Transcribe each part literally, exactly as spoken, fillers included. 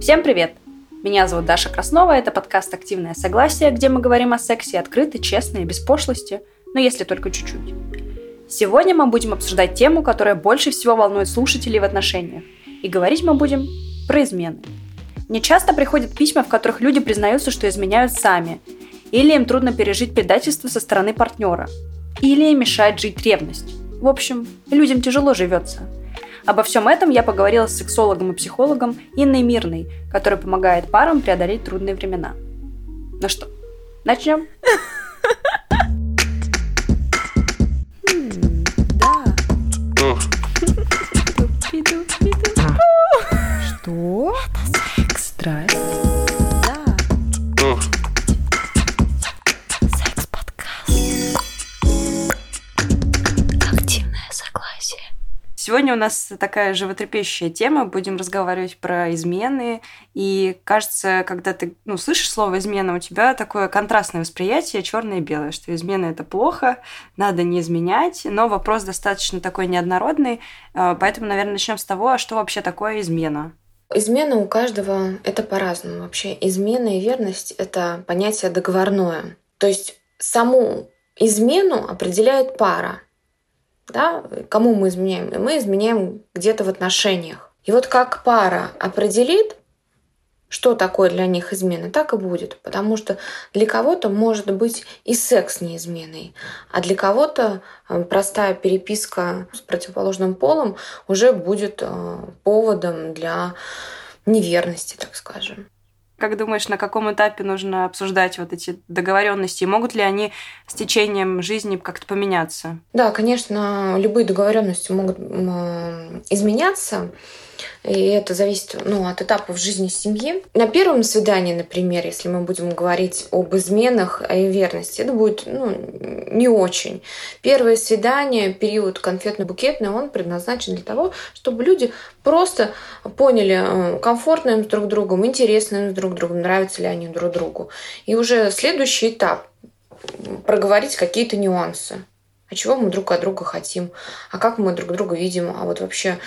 Всем привет! Меня зовут Даша Краснова, это подкаст «Активное согласие», где мы говорим о сексе открыто, честно и без пошлости, но если только чуть-чуть. Сегодня мы будем обсуждать тему, которая больше всего волнует слушателей в отношениях. И говорить мы будем про измены. Мне часто приходят письма, в которых люди признаются, что изменяют сами, или им трудно пережить предательство со стороны партнера, или им мешает жить ревность. В общем, людям тяжело живется. Обо всем этом я поговорила с сексологом и психологом Инной Мирной, которая помогает парам преодолеть трудные времена. Ну что, начнем? Что? Секс. Страсть. Да. Секс-подкаст. Активное согласие. Сегодня у нас такая животрепещущая тема. Будем разговаривать про измены. И кажется, когда ты ну, слышишь слово «измена», у тебя такое контрастное восприятие, черное и белое, что измена – это плохо, надо не изменять. Но вопрос достаточно такой неоднородный. Поэтому, наверное, начнем с того, что вообще такое измена. Измена у каждого — это по-разному вообще. Измена и верность — это понятие договорное. То есть саму измену определяет пара. Да? Кому мы изменяем? И мы изменяем где-то в отношениях. И вот как пара определит, что такое для них измена, так и будет. Потому что для кого-то может быть и секс не изменой, а для кого-то простая переписка с противоположным полом уже будет поводом для неверности, так скажем. Как думаешь, на каком этапе нужно обсуждать вот эти договоренности? Могут ли они с течением жизни как-то поменяться? Да, конечно, любые договоренности могут изменяться. И это зависит ну, от этапов жизни семьи. На первом свидании, например, если мы будем говорить об изменах и верности, это будет ну, не очень. Первое свидание, период конфетно-букетный, он предназначен для того, чтобы люди просто поняли, комфортно им с друг другом, интересно им с друг другом, нравятся ли они друг другу. И уже следующий этап – проговорить какие-то нюансы. А чего мы друг от друга хотим? А как мы друг друга видим? А вот вообще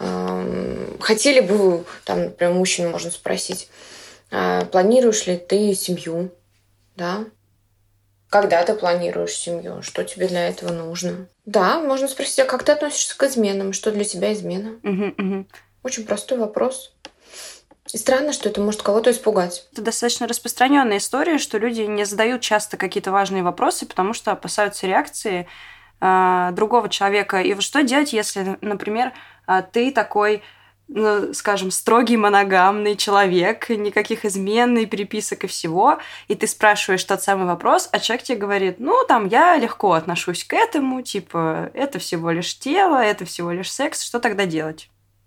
э, хотели бы вы, там, например, мужчину можно спросить, э, планируешь ли ты семью? Да? Когда ты планируешь семью? Что тебе для этого нужно? Да, можно спросить, а как ты относишься к изменам? Что для тебя измена? Угу, угу. Очень простой вопрос. И странно, что это может кого-то испугать. Это достаточно распространенная история, что люди не задают часто какие-то важные вопросы, потому что опасаются реакции э, другого человека. И вот что делать, если, например, ты такой, ну, скажем, строгий моногамный человек, никаких измен и переписок и всего, и ты спрашиваешь тот самый вопрос, а человек тебе говорит, ну, там, я легко отношусь к этому, типа, это всего лишь тело, это всего лишь секс, что тогда делать?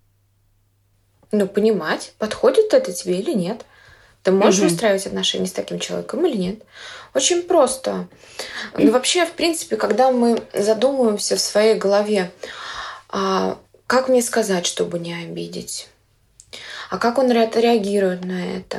Ну, понимать, подходит это тебе или нет. Ты можешь Мгм. выстраивать отношения с таким человеком или нет. Очень просто. Ну, вообще, в принципе, когда мы задумываемся в своей голове, а, как мне сказать, чтобы не обидеть? А как он ре- реагирует на это?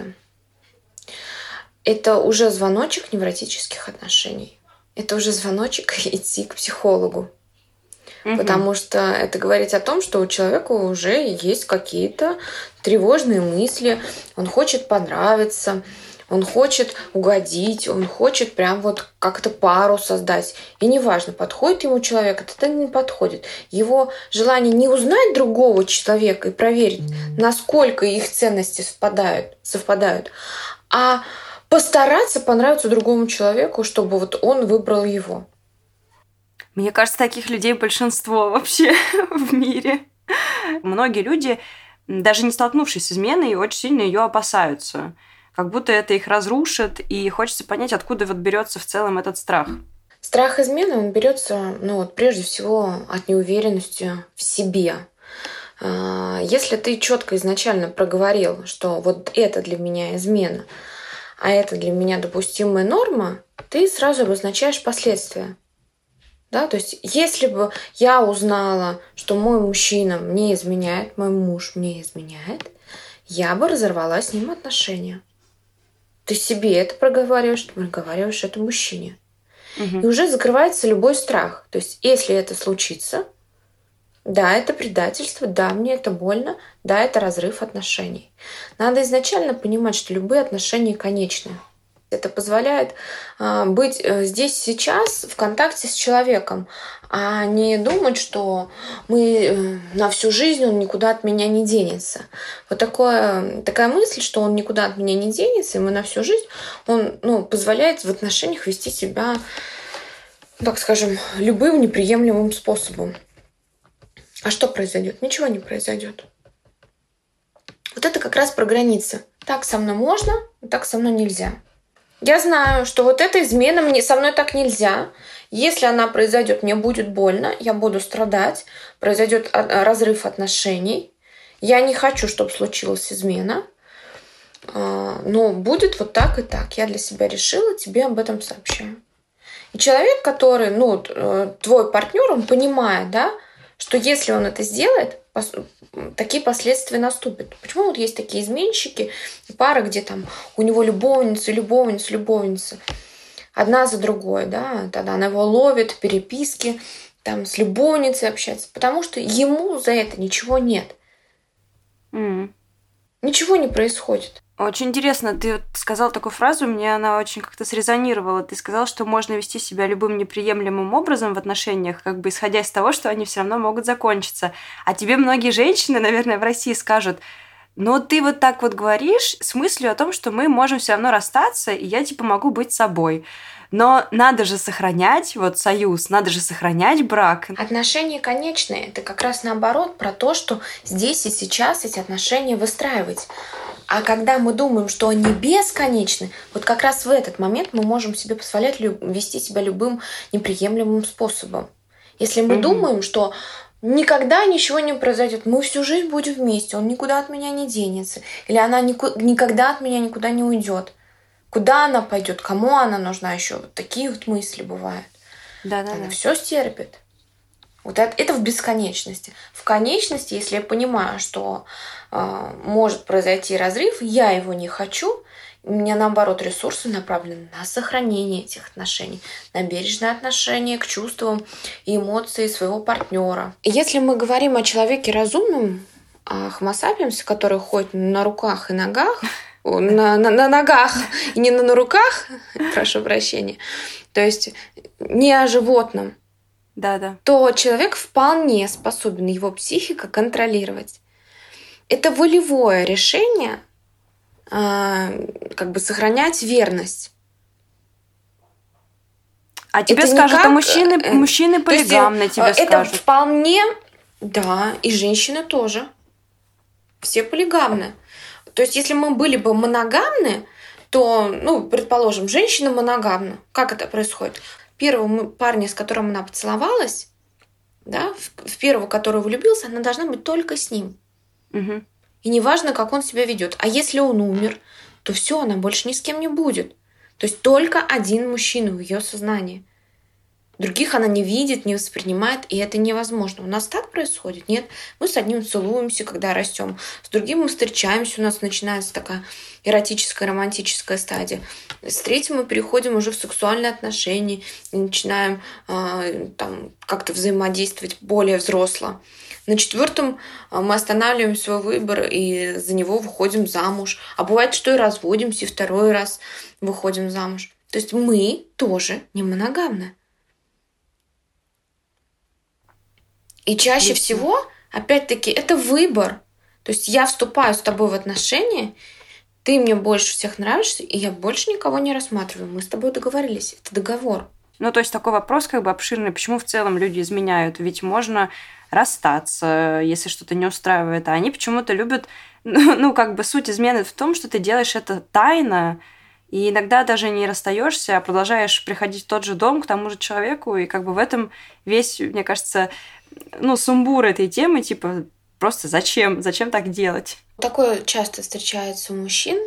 Это уже звоночек невротических отношений. Это уже звоночек идти к психологу. Мгм. Потому что это говорит о том, что у человека уже есть какие-то тревожные мысли, он хочет понравиться, он хочет угодить, он хочет прям вот как-то пару создать. И неважно, подходит ему человек, это не подходит. Его желание не узнать другого человека и проверить, насколько их ценности совпадают, совпадают, а постараться понравиться другому человеку, чтобы вот он выбрал его. Мне кажется, таких людей большинство вообще в мире. Многие люди, даже не столкнувшись с изменой, очень сильно ее опасаются. Как будто это их разрушит, и хочется понять, откуда вот берется в целом этот страх. Страх измены, он берется, ну вот прежде всего от неуверенности в себе. А, Если ты четко изначально проговорил, что вот это для меня измена, а это для меня допустимая норма, ты сразу обозначаешь последствия. Да, то есть, если бы я узнала, что мой мужчина мне изменяет, мой муж мне изменяет, я бы разорвала с ним отношения. Ты себе это проговариваешь, ты проговариваешь это мужчине. Мгм. И уже закрывается любой страх. То есть, если это случится, Да, это предательство, да, мне это больно, да, это разрыв отношений. Надо изначально понимать, что любые отношения конечны. Это позволяет э, быть э, здесь сейчас в контакте с человеком, а не думать, что мы э, на всю жизнь он никуда от меня не денется. Вот такое, такая мысль, что он никуда от меня не денется, и мы на всю жизнь, он ну, позволяет в отношениях вести себя, так скажем, любым неприемлемым способом. А что произойдет? Ничего не произойдет. Вот это как раз про границы. Так со мной можно, так со мной нельзя. Я знаю, что вот эта измена, мне, со мной так нельзя. Если она произойдет, мне будет больно, я буду страдать, произойдет разрыв отношений. Я не хочу, чтобы случилась измена. Но будет вот так и так. Я для себя решила, тебе об этом сообщаю. И человек, который, ну, твой партнер, он понимает, да, что если он это сделает, такие последствия наступят. Почему вот есть такие изменщики, пары, где там у него любовница, любовница, любовница, одна за другой, да, тогда она его ловит, переписки, там с любовницей общается, потому что ему за это ничего нет. Mm. Ничего не происходит. Очень интересно, ты вот сказал такую фразу, мне она очень как-то срезонировала. Ты сказал, что можно вести себя любым неприемлемым образом в отношениях, как бы исходя из того, что они все равно могут закончиться. А тебе многие женщины, наверное, в России скажут: но ты вот так вот говоришь с мыслью о том, что мы можем все равно расстаться, и я типа могу быть собой. Но надо же сохранять вот союз, надо же сохранять брак. Отношения конечные. Это как раз наоборот про то, что здесь и сейчас эти отношения выстраивать. А когда мы думаем, что они бесконечны, вот как раз в этот момент мы можем себе позволять вести себя любым неприемлемым способом. Если мы mm-hmm. думаем, что никогда ничего не произойдет, мы всю жизнь будем вместе, он никуда от меня не денется, или она никогда от меня никуда не уйдет. Куда она пойдет, кому она нужна еще? Вот такие вот мысли бывают. Да-да-да. Она все стерпит. Вот это, это в бесконечности. В конечности, если я понимаю, что э, может произойти разрыв, я его не хочу, у меня, наоборот, ресурсы направлены на сохранение этих отношений, на бережное отношение к чувствам и эмоциям своего партнера. Если мы говорим о человеке разумном, о Homo sapiens, который ходит на руках и ногах, на, на, на ногах и не на, на руках, прошу прощения, то есть не о животном, да, да. то человек вполне способен его психика контролировать. Это волевое решение э, как бы сохранять верность. А тебе это скажут, никак... а мужчины, мужчины полигамны тебе это скажут. Это вполне, да, и женщины тоже. Все полигамны. То есть, если мы были бы моногамны, то, ну, предположим, женщина моногамна. Как это происходит? Первого парня, с которым она поцеловалась, да, в первого, которого влюбился, она должна быть только с ним. Угу. И неважно, как он себя ведет. А если он умер, то все, она больше ни с кем не будет. То есть только один мужчина в ее сознании. Других она не видит, не воспринимает, и это невозможно. У нас так происходит? Нет. Мы с одним целуемся, когда растем, с другим мы встречаемся, у нас начинается такая эротическая, романтическая стадия. С третьим мы переходим уже в сексуальные отношения и начинаем э, там, как-то взаимодействовать более взросло. На четвертом мы останавливаем свой выбор и за него выходим замуж. А бывает, что и разводимся, и второй раз выходим замуж. То есть мы тоже не моногамны. И чаще Отлично. всего, опять-таки, это выбор. То есть я вступаю с тобой в отношения, ты мне больше всех нравишься, и я больше никого не рассматриваю. Мы с тобой договорились. Это договор. Ну, то есть такой вопрос как бы обширный. Почему в целом люди изменяют? Ведь можно расстаться, если что-то не устраивает. А они почему-то любят... Ну, как бы суть измены в том, что ты делаешь это тайно, и иногда даже не расстаешься, а продолжаешь приходить в тот же дом к тому же человеку. И как бы в этом весь, мне кажется... ну, сумбур этой темы, типа, просто зачем? Зачем так делать? Такое часто встречается у мужчин.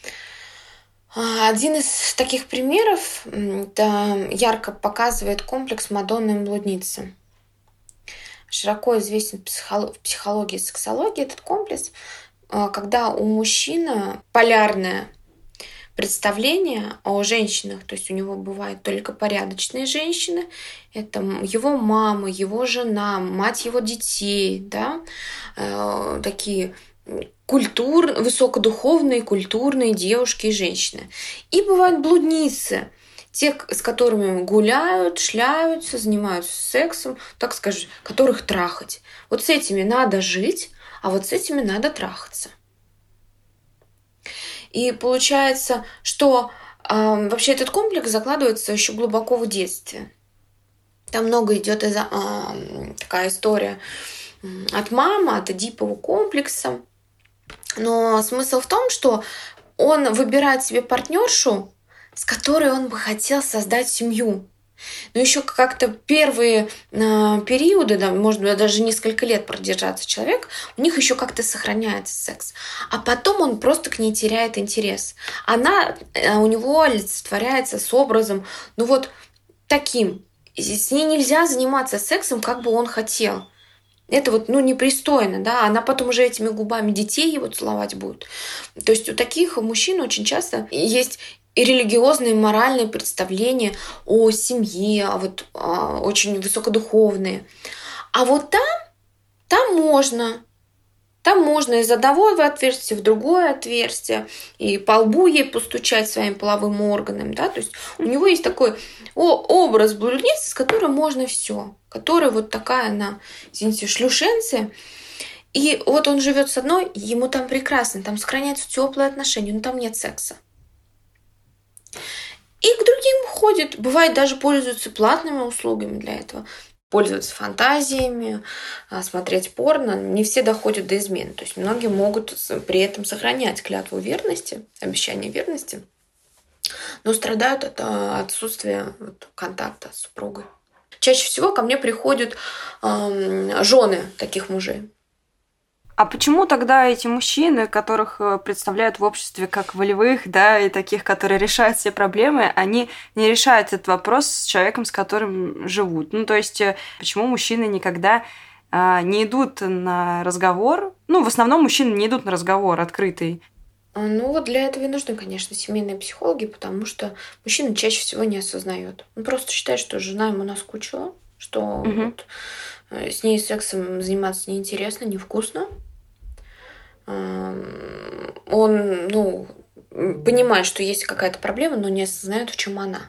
Один из таких примеров это ярко показывает комплекс Мадонны и блудницы. Широко известен в психологии и сексологии этот комплекс, когда у мужчины полярная представления о женщинах. То есть у него бывают только порядочные женщины. Это его мама, его жена, мать его детей, да, э, такие культур, высокодуховные, культурные девушки и женщины. И бывают блудницы, те, с которыми гуляют, шляются, занимаются сексом, так скажем, которых трахать. Вот с этими надо жить, а вот с этими надо трахаться. И получается, что э, вообще этот комплекс закладывается еще глубоко в детстве. Там много идет из, э, такая история от мамы, от эдипового комплекса. Но смысл в том, что он выбирает себе партнершу, с которой он бы хотел создать семью. Но еще как-то первые э, периоды, да, может быть, даже несколько лет продержаться человек, у них еще как-то сохраняется секс. А потом он просто к ней теряет интерес. Она э, у него олицетворяется с образом, ну вот таким. С ней нельзя заниматься сексом, как бы он хотел. Это вот, ну, непристойно, да, она потом уже этими губами детей его целовать будет. То есть у таких мужчин очень часто есть и религиозные, и моральные представления о семье, а вот а, очень высокодуховные. А вот там, там можно, там можно из одного отверстия в другое отверстие, и по лбу ей постучать своим половым органом, да, то есть у него есть такой о, образ блудницы, с которой можно все, которая вот такая она, извините, шлюшенция. И вот он живет с одной, ему там прекрасно, там сохраняются теплые отношения, но там нет секса. И к другим ходит, бывает даже пользуются платными услугами для этого, пользуются фантазиями, смотреть порно. Не все доходят до измены, то есть многие могут при этом сохранять клятву верности, обещание верности, но страдают от отсутствия контакта с супругой. Чаще всего ко мне приходят э, жены таких мужей. А почему тогда эти мужчины, которых представляют в обществе как волевых, да, и таких, которые решают все проблемы, они не решают этот вопрос с человеком, с которым живут? Ну, то есть, почему мужчины никогда а, не идут на разговор? Ну, в основном мужчины не идут на разговор открытый. Ну, вот для этого и нужны, конечно, семейные психологи, потому что мужчина чаще всего не осознает. Он просто считает, что жена ему наскучила, что угу. вот, с ней сексом заниматься неинтересно, невкусно. Он, ну, понимает, что есть какая-то проблема, но не осознает, в чем она.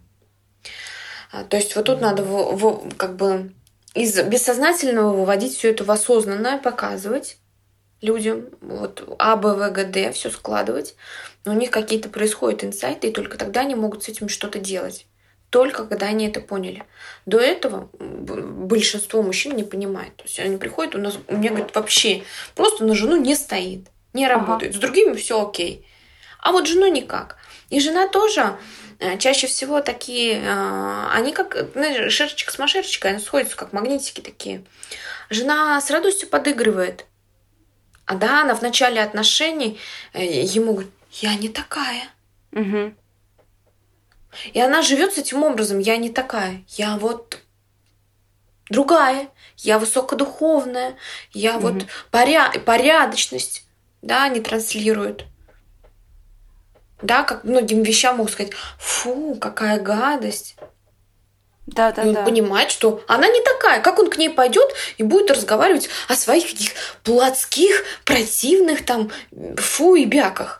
То есть вот тут надо в, в, как бы из бессознательного выводить все это в осознанное, показывать людям, вот А, Б, В, Г, Д, все складывать. Но у них какие-то происходят инсайты, и только тогда они могут с этим что-то делать. Только когда они это поняли. До этого большинство мужчин не понимает. То есть они приходят, у нас, у меня говорят, вообще просто на жену не стоит, не работает. Ага. С другими все окей. А вот жену никак. И жена тоже чаще всего такие, они как, знаешь, шерчик с машерчикой, они сходятся как магнитики такие. Жена с радостью подыгрывает. А да, она в начале отношений ему говорит, я не такая. Угу. И она живет с этим образом. Я не такая. Я вот другая. Я высокодуховная. Я mm-hmm. вот поря- порядочность, да, не транслирует. Да, как многим вещам могут сказать, фу, какая гадость. Да, да, и он да. понимает, что она не такая. Как он к ней пойдет и будет разговаривать о своих каких плотских, противных там фу и бяках.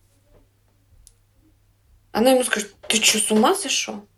Она ему скажет, ты что, с ума сошел?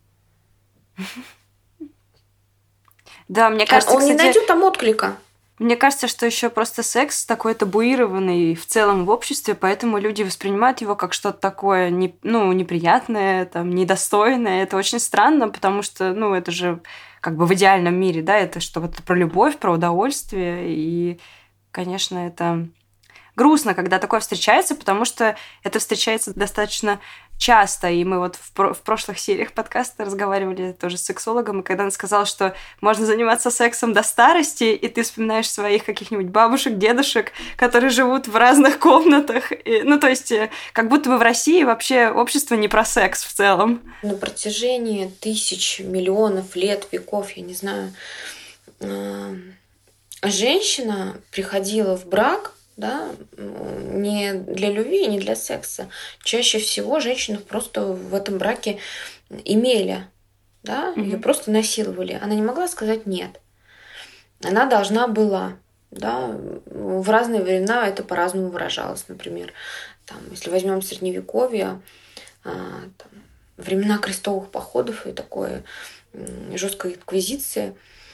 Да, мне кажется, он кстати, не найдет там отклика. Мне кажется, что еще просто секс такой табуированный в целом в обществе, поэтому люди воспринимают его как что-то такое, не, ну, неприятное, там, недостойное. Это очень странно, потому что, ну, это же как бы в идеальном мире, да, это что-то про любовь, про удовольствие, и, конечно, это грустно, когда такое встречается, потому что это встречается достаточно часто, и мы вот в, про- в прошлых сериях подкаста разговаривали тоже с сексологом, и когда он сказал, что можно заниматься сексом до старости, и ты вспоминаешь своих каких-нибудь бабушек, дедушек, которые живут в разных комнатах, и, ну, то есть, как будто бы в России вообще общество не про секс в целом. На протяжении тысяч, миллионов лет, веков, я не знаю, женщина приходила в брак да, не для любви, не для секса. Чаще всего женщину просто в этом браке имели, да, Мгм. ее просто насиловали. Она не могла сказать нет. Она должна была, да, в разные времена это по-разному выражалось, например. Там, если возьмем средневековье, а, там, времена крестовых походов и такой жесткой инквизиции,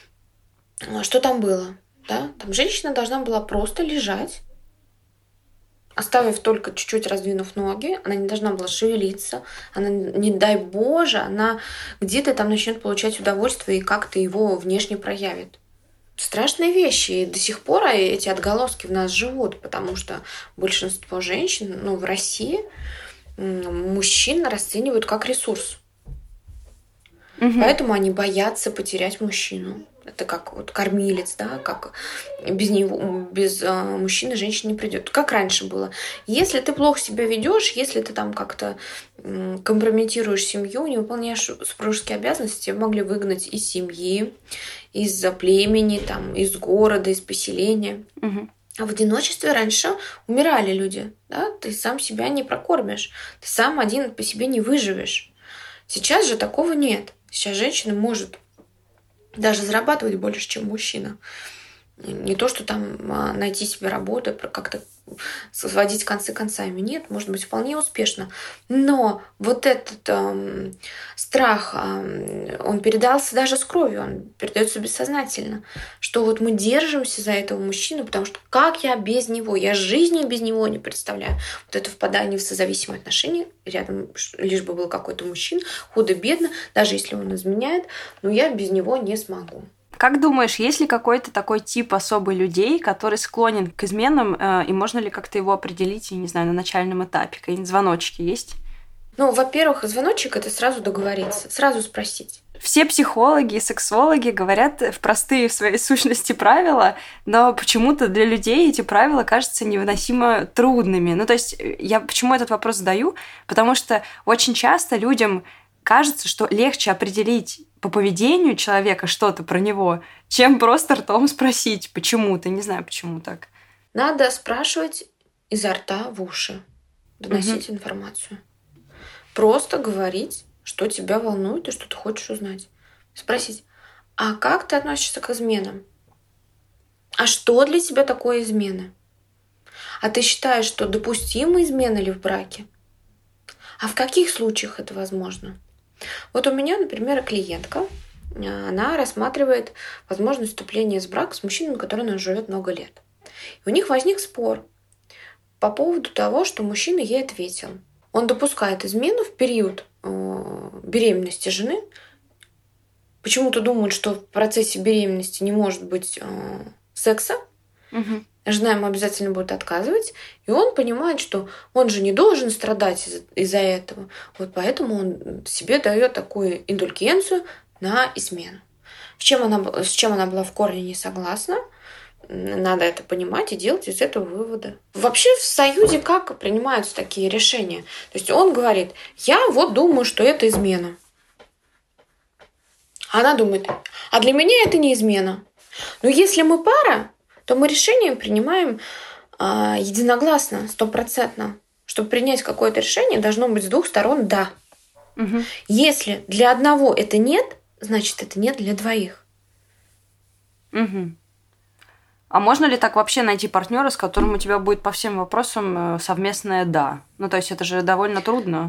а, что там было? Да? Там женщина должна была просто лежать, оставив только чуть-чуть раздвинув ноги, она не должна была шевелиться, она, не дай Боже, она где-то там начнет получать удовольствие и как-то его внешне проявит. Страшные вещи, и до сих пор эти отголоски в нас живут, потому что большинство женщин, ну, в России м, мужчин расценивают как ресурс. Мгм. Поэтому они боятся потерять мужчину. Это как вот кормилец, да, как без него, без э, мужчины женщина не придет. Как раньше было. Если ты плохо себя ведешь, если ты там как-то м, компрометируешь семью, не выполняешь супружеские обязанности, тебя могли выгнать из семьи, из-за племени, там, из города, из поселения. Мгм. А в одиночестве раньше умирали люди, да, ты сам себя не прокормишь, ты сам один по себе не выживешь. Сейчас же такого нет. Сейчас женщина может даже зарабатывать больше, чем мужчина. Не то, что там а, найти себе работу, про- как-то сводить концы концами. Нет, может быть, вполне успешно. Но вот этот ам, страх, ам, он передался даже с кровью, он передается бессознательно. Что вот мы держимся за этого мужчину, потому что как я без него? Я жизни без него не представляю. Вот это впадание в созависимые отношения, рядом ш- лишь бы был какой-то мужчина, худо-бедно, даже если он изменяет, но я без него не смогу. Как думаешь, есть ли какой-то такой тип особый людей, который склонен к изменам, э, и можно ли как-то его определить, я не знаю, на начальном этапе? Какие-нибудь звоночки есть? Ну, во-первых, звоночек — это сразу договориться, сразу спросить. Все психологи и сексологи говорят в простые в своей сущности правила, но почему-то для людей эти правила кажутся невыносимо трудными. Ну, то есть я почему этот вопрос задаю? Потому что очень часто людям кажется, что легче определить по поведению человека что-то про него, чем просто ртом спросить почему-то. Не знаю, почему так. Надо спрашивать изо рта в уши, доносить информацию. Просто говорить, что тебя волнует и что ты хочешь узнать. Спросить, а как ты относишься к изменам? А что для тебя такое измена? А ты считаешь, что допустимы измены ли в браке? А в каких случаях это возможно? Вот у меня, например, клиентка, она рассматривает возможность вступления в брак с мужчиной, который она живет много лет. И у них возник спор по поводу того, что мужчина ей ответил. Он допускает измену в период э, беременности жены. Почему-то думают, что в процессе беременности не может быть э, секса. Мгм. Жена ему обязательно будет отказывать. И он понимает, что он же не должен страдать из- из-за этого. Вот поэтому он себе дает такую индульгенцию на измену. С чем она, б- с чем она была в корне не согласна. М, Надо это понимать и делать из этого выводы. Вообще в Союзе как принимаются такие решения? То есть он говорит, я вот думаю, что это измена. Она думает, а для меня это не измена. Но если мы пара, то мы решение принимаем а, единогласно, стопроцентно. Чтобы принять какое-то решение, должно быть с двух сторон «да». Мгм. Если для одного это нет, значит, это нет для двоих. Мгм. А можно ли так вообще найти партнера, с которым у тебя будет по всем вопросам э, совместное «да»? Ну, то есть это же довольно трудно.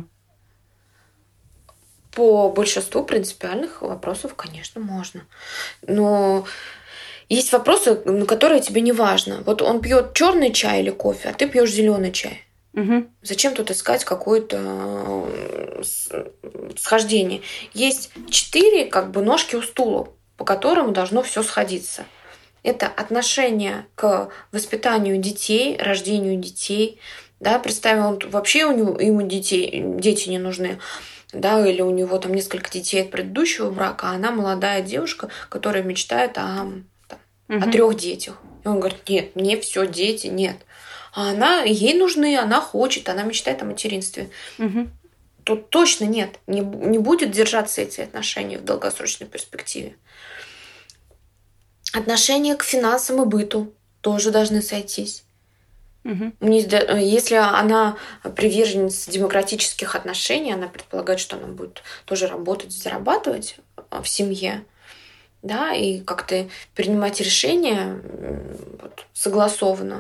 По большинству принципиальных вопросов, конечно, можно. Но есть вопросы, на которые тебе не важно. Вот он пьет черный чай или кофе, а ты пьешь зеленый чай. Мгм. Зачем тут искать какое-то э, с- схождение? Есть четыре как бы ножки у стула, по которым должно все сходиться. Это отношение к воспитанию детей, рождению детей. Да, представим, он вообще у него, ему детей, дети не нужны. Да, или у него там несколько детей от предыдущего брака, а она молодая девушка, которая мечтает о, там, о Мгм. трех детях. И он говорит, нет, мне все дети, нет. А она, ей нужны, она хочет, она мечтает о материнстве. Мгм. Тут точно нет, не, бу- не будет держаться эти отношения в долгосрочной перспективе. Отношения к финансам и быту тоже должны сойтись. Угу. Если она приверженец демократических отношений, она предполагает, что она будет тоже работать, зарабатывать в семье, да, и как-то принимать решения вот, согласованно,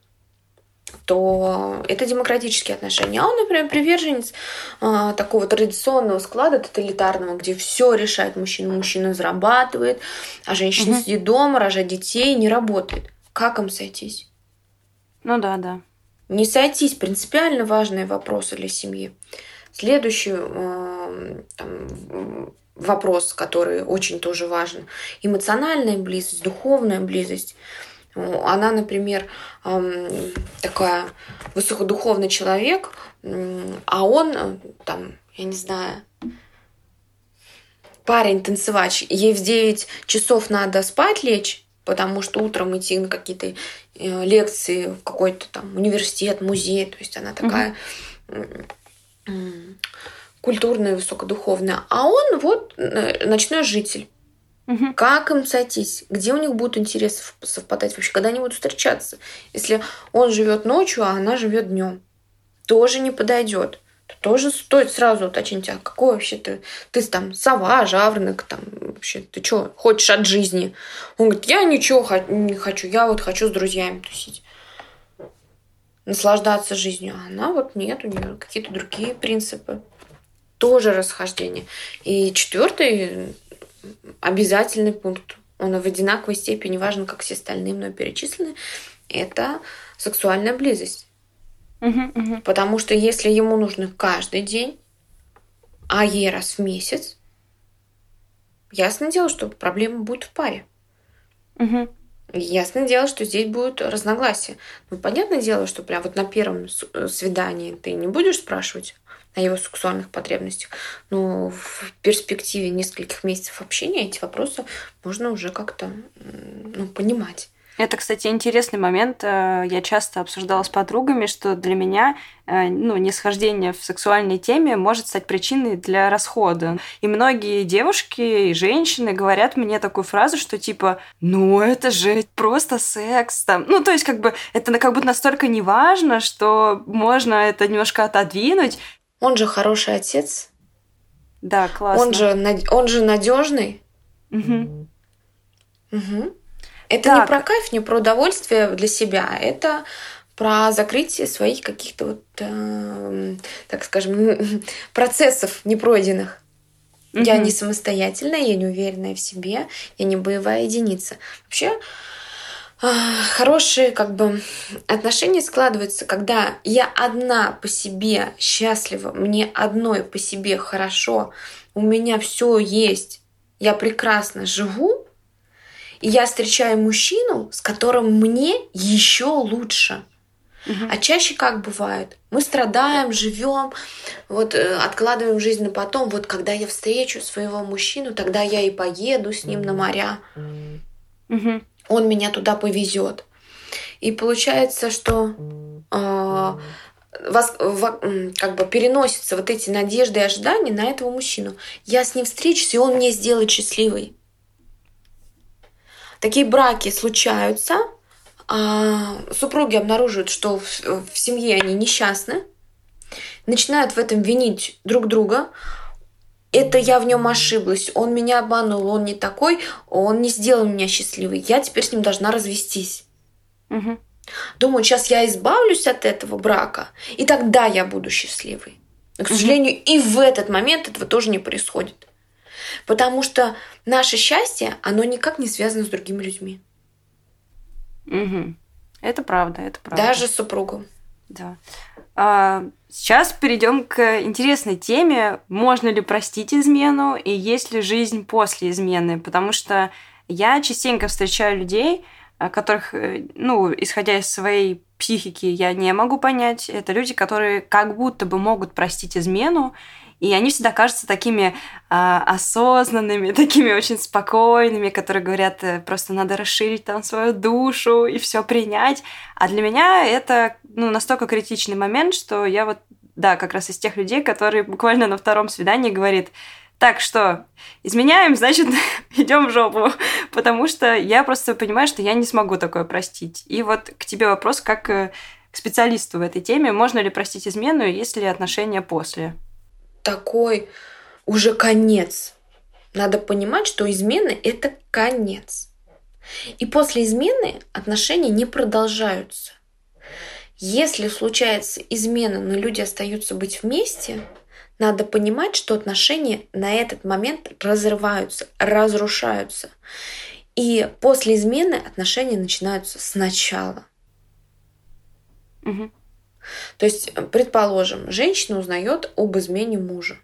то это демократические отношения. А он, например, приверженец а, такого традиционного склада тоталитарного, где все решает мужчина. Мужчина зарабатывает, а женщина угу. сидит дома, рожает детей, не работает. Как им сойтись? Ну да, да. Не сойтись. Принципиально важные вопросы для семьи. Следующий э, там, вопрос, который очень тоже важен. Эмоциональная близость, духовная близость. Она, например, э, такая высокодуховный человек, э, а он, там, я не знаю, парень-танцевач. Ей в девять часов надо спать лечь, потому что утром идти на какие-то э, лекции в какой-то там университет, музей. То есть она такая mm-hmm. э, культурная, высокодуховная. А он вот э, ночной житель. Mm-hmm. Как им сойтись? Где у них будут интересы совпадать вообще? Когда они будут встречаться? Если он живет ночью, а она живет днем, тоже не подойдет. Тоже стоит сразу уточнить, а какой вообще ты? Ты там сова, жаворонок, там вообще ты что хочешь от жизни? Он говорит, я ничего не хочу, я вот хочу с друзьями тусить, наслаждаться жизнью. А она вот нет, у нее какие-то другие принципы. Тоже расхождение. И четвертый обязательный пункт, он в одинаковой степени важен, как все остальные мной перечислены, это сексуальная близость. Uh-huh, uh-huh. Потому что если ему нужно каждый день, а ей раз в месяц, ясное дело, что проблема будет в паре. Uh-huh. Ясное дело, что здесь будут разногласия. Ну, понятное дело, что прям вот на первом свидании ты не будешь спрашивать о его сексуальных потребностях, но в перспективе нескольких месяцев общения эти вопросы можно уже как-то ну, понимать. Это, кстати, интересный момент. Я часто обсуждала с подругами, что для меня ну, несхождение в сексуальной теме может стать причиной для расхода. И многие девушки и женщины говорят мне такую фразу, что типа, ну это же просто секс. Там. Ну, то есть как бы это как будто настолько неважно, что можно это немножко отодвинуть. Он же хороший отец. Да, классно. Он же, он же надежный. Угу. Угу. Это так. не про кайф, не про удовольствие для себя. Это про закрытие своих каких-то вот, э, так скажем, процессов непройденных. Mm-hmm. Я не самостоятельная, я не уверенная в себе, я не боевая единица. Вообще э, хорошие как бы отношения складываются, когда я одна по себе счастлива, мне одной по себе хорошо, у меня все есть, я прекрасно живу. И я встречаю мужчину, с которым мне еще лучше. Uh-huh. А чаще как бывает? Мы страдаем, живем, вот откладываем жизнь на потом. Вот когда я встречу своего мужчину, тогда я и поеду с ним на моря. Uh-huh. Он меня туда повезет. И получается, что э, вас, в, как бы переносятся вот эти надежды и ожидания на этого мужчину. Я с ним встречусь, и он меня сделает счастливой. Такие браки случаются, а супруги обнаруживают, что в, в семье они несчастны, начинают в этом винить друг друга. Это я в нем ошиблась, он меня обманул, он не такой, он не сделал меня счастливой, я теперь с ним должна развестись. Угу. Думаю, сейчас я избавлюсь от этого брака, и тогда я буду счастливой. Но, к сожалению, угу. и в этот момент этого тоже не происходит. Потому что наше счастье, оно никак не связано с другими людьми. Угу. Это правда, это правда. Даже с супругом. Да. А, сейчас перейдем к интересной теме. Можно ли простить измену и есть ли жизнь после измены? Потому что я частенько встречаю людей, которых, ну, исходя из своей психики, я не могу понять. Это люди, которые как будто бы могут простить измену, и они всегда кажутся такими а, осознанными, такими очень спокойными, которые говорят, просто надо расширить там свою душу и все принять. А для меня это ну, настолько критичный момент, что я вот, да, как раз из тех людей, которые буквально на втором свидании говорит, так что, изменяем, значит, идем в жопу. Потому что я просто понимаю, что я не смогу такое простить. И вот к тебе вопрос, как... к специалисту в этой теме. Можно ли простить измену, есть ли отношения после? Такой уже конец. Надо понимать, что измена – это конец. И после измены отношения не продолжаются. Если случается измена, но люди остаются быть вместе, надо понимать, что отношения на этот момент разрываются, разрушаются. И после измены отношения начинаются сначала. Угу. То есть, предположим, женщина узнает об измене мужа.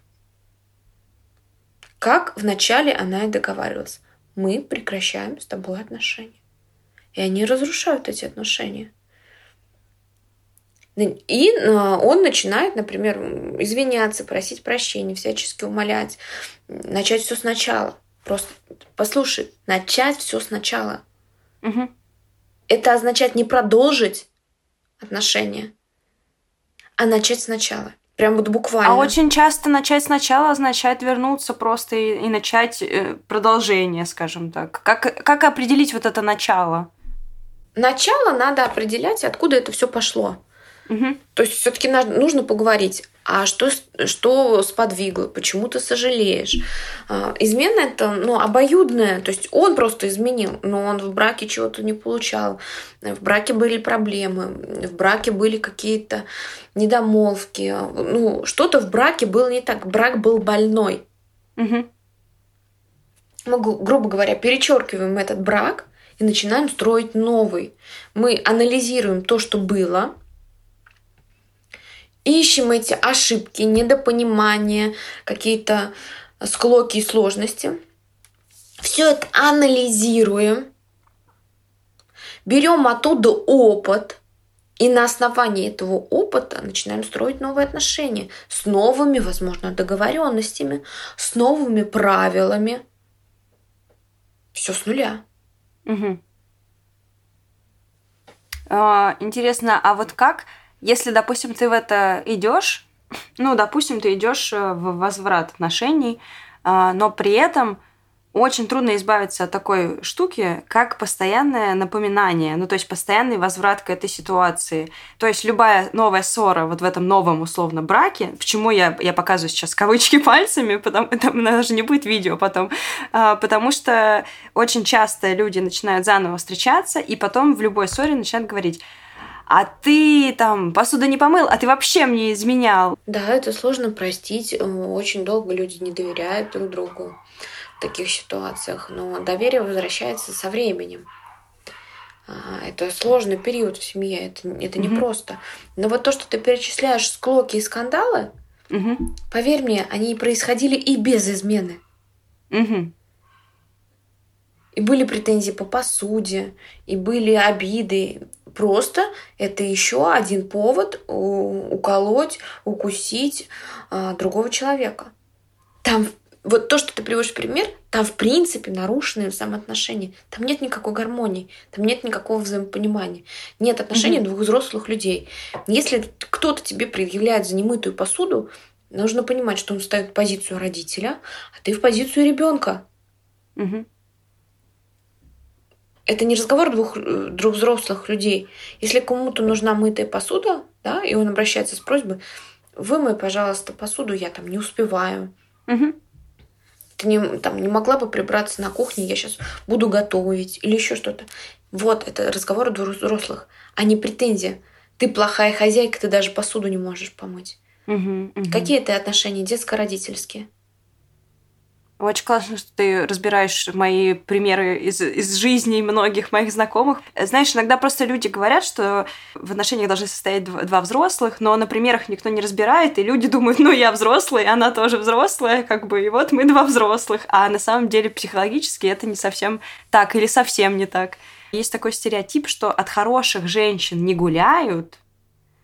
Как вначале она и договаривалась. Мы прекращаем с тобой отношения. И они разрушают эти отношения. И он начинает, например, извиняться, просить прощения, всячески умолять, начать все сначала. Просто послушай, начать все сначала. Угу. Это означает не продолжить отношения, а начать сначала. Прям вот буквально. А очень часто начать сначала означает вернуться просто и, и начать продолжение, скажем так. Как, как определить вот это начало? Начало надо определять, откуда это все пошло. Угу. То есть все-таки нужно поговорить, а что, что сподвигло, почему ты сожалеешь. Измена это ну, обоюдная, то есть он просто изменил, но он в браке чего-то не получал, в браке были проблемы, в браке были какие-то недомолвки, ну, что-то в браке было не так, брак был больной. Угу. Мы, грубо говоря, перечеркиваем этот брак и начинаем строить новый. Мы анализируем то, что было, ищем эти ошибки, недопонимания, какие-то склоки и сложности. Все это анализируем, берем оттуда опыт, и на основании этого опыта начинаем строить новые отношения с новыми, возможно, договоренностями, с новыми правилами. Все с нуля. Угу. А, интересно, а вот как... Если, допустим, ты в это идешь, ну, допустим, ты идешь в возврат отношений, но при этом очень трудно избавиться от такой штуки, как постоянное напоминание, ну, то есть постоянный возврат к этой ситуации. То есть любая новая ссора вот в этом новом, условно, браке, почему я, я показываю сейчас кавычки пальцами, потому что там даже не будет видео потом, потому что очень часто люди начинают заново встречаться, и потом в любой ссоре начинают говорить: а ты там посуду не помыл, а ты вообще мне изменял. Да, это сложно простить. Очень долго люди не доверяют друг другу в таких ситуациях. Но доверие возвращается со временем. Это сложный период в семье, это, это угу. непросто. Но вот то, что ты перечисляешь склоки и скандалы, угу. поверь мне, они происходили и без измены. Угу. И были претензии по посуде, и были обиды. Просто это еще один повод уколоть, укусить а, другого человека. Там вот то, что ты приводишь в пример, там в принципе нарушены взаимоотношения. Там нет никакой гармонии, там нет никакого взаимопонимания. Нет отношений mm-hmm. двух взрослых людей. Если кто-то тебе предъявляет за немытую посуду, нужно понимать, что он ставит в позицию родителя, а ты в позицию ребенка. Mm-hmm. Это не разговор двух, двух взрослых людей. Если кому-то нужна мытая посуда, да, и он обращается с просьбой: вымой, пожалуйста, посуду, я там не успеваю. Угу. Ты не, там, не могла бы прибраться на кухне, я сейчас буду готовить или еще что-то. Вот, это разговор двух взрослых, а не претензия. Ты плохая хозяйка, ты даже посуду не можешь помыть. Угу, угу. Какие это отношения? Детско-родительские. Очень классно, что ты разбираешь мои примеры из, из жизни многих моих знакомых. Знаешь, иногда просто люди говорят, что в отношениях должны состоять два взрослых, но на примерах никто не разбирает, и люди думают: ну, я взрослый, она тоже взрослая, как бы, и вот мы два взрослых. А на самом деле психологически это не совсем так или совсем не так. Есть такой стереотип, что от хороших женщин не гуляют,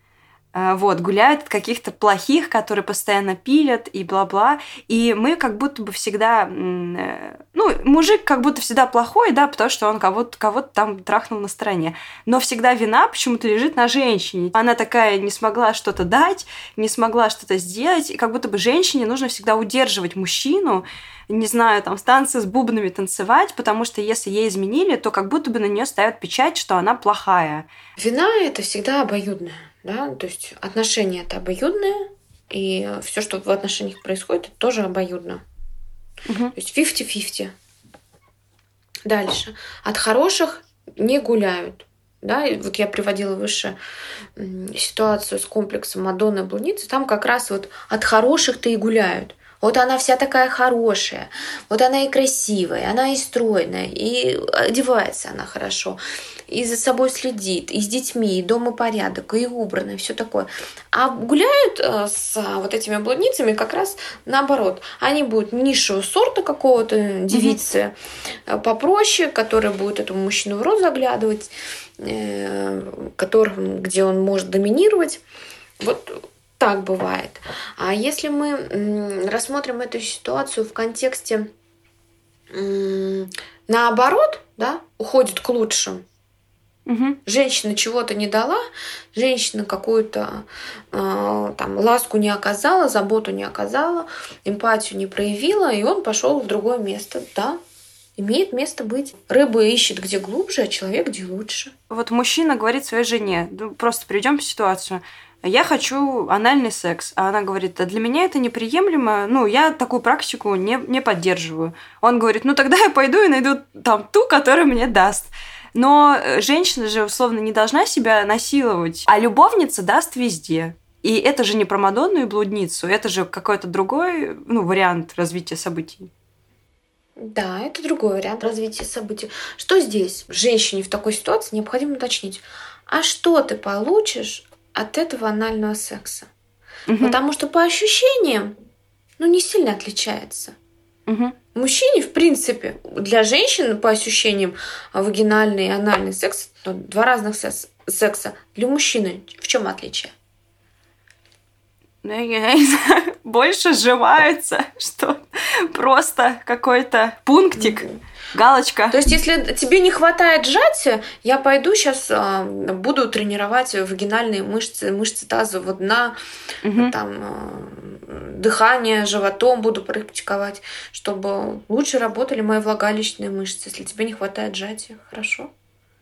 Вот, гуляют от каких-то плохих, которые постоянно пилят и бла-бла. И мы как будто бы всегда... Ну, мужик как будто всегда плохой, да, потому что он кого-то, кого-то там трахнул на стороне. Но всегда вина почему-то лежит на женщине. Она такая не смогла что-то дать, не смогла что-то сделать. И как будто бы женщине нужно всегда удерживать мужчину, не знаю, там, в танцы с бубнами танцевать, потому что если ей изменили, то как будто бы на нее ставят печать, что она плохая. Вина — это всегда обоюдное. Да? То есть отношения — это обоюдное, и все, что в отношениях происходит, это тоже обоюдно. Угу. То есть фифти-фифти. Дальше. От хороших не гуляют. Да? И вот я приводила выше ситуацию с комплексом Мадонны блудницы. Там как раз вот от хороших-то и гуляют. Вот она вся такая хорошая, вот она и красивая, она и стройная, и одевается она хорошо, и за собой следит, и с детьми, и дома порядок, и убрано, и все такое. А гуляют с вот этими блудницами как раз наоборот. Они будут низшего сорта какого-то девицы, mm-hmm. попроще, которая будет этому мужчину в рот заглядывать, который, где он может доминировать. Вот так бывает. А если мы рассмотрим эту ситуацию в контексте наоборот, да, уходит к лучшему. Угу. Женщина чего-то не дала, женщина какую-то э, там ласку не оказала, заботу не оказала, эмпатию не проявила, и он пошел в другое место. Да, имеет место быть. Рыба ищет где глубже, а человек где лучше. Вот мужчина говорит своей жене, ну, просто приведем ситуацию. Я хочу анальный секс. А она говорит, да для меня это неприемлемо, ну, я такую практику не, не поддерживаю. Он говорит, ну, тогда я пойду и найду там ту, которая мне даст. Но женщина же, условно, не должна себя насиловать, а любовница даст везде. И это же не про Мадонну и блудницу, это же какой-то другой, ну, вариант развития событий. Да, это другой вариант развития событий. Что здесь? Женщине в такой ситуации необходимо уточнить, а что ты получишь от этого анального секса? Угу. Потому что по ощущениям, ну, не сильно отличается. Угу. Мужчине, в принципе, для женщин по ощущениям вагинальный и анальный секс, ну, два разных секса. Для мужчины в чем отличие? Ну, я не знаю, больше сжимается, что просто какой-то пунктик. Mm-hmm. Галочка. То есть, если тебе не хватает сжатия, я пойду сейчас а, буду тренировать вагинальные мышцы, мышцы тазового дна, угу. там, а, дыхание животом буду практиковать, чтобы лучше работали мои влагалищные мышцы. Если тебе не хватает сжатия, хорошо.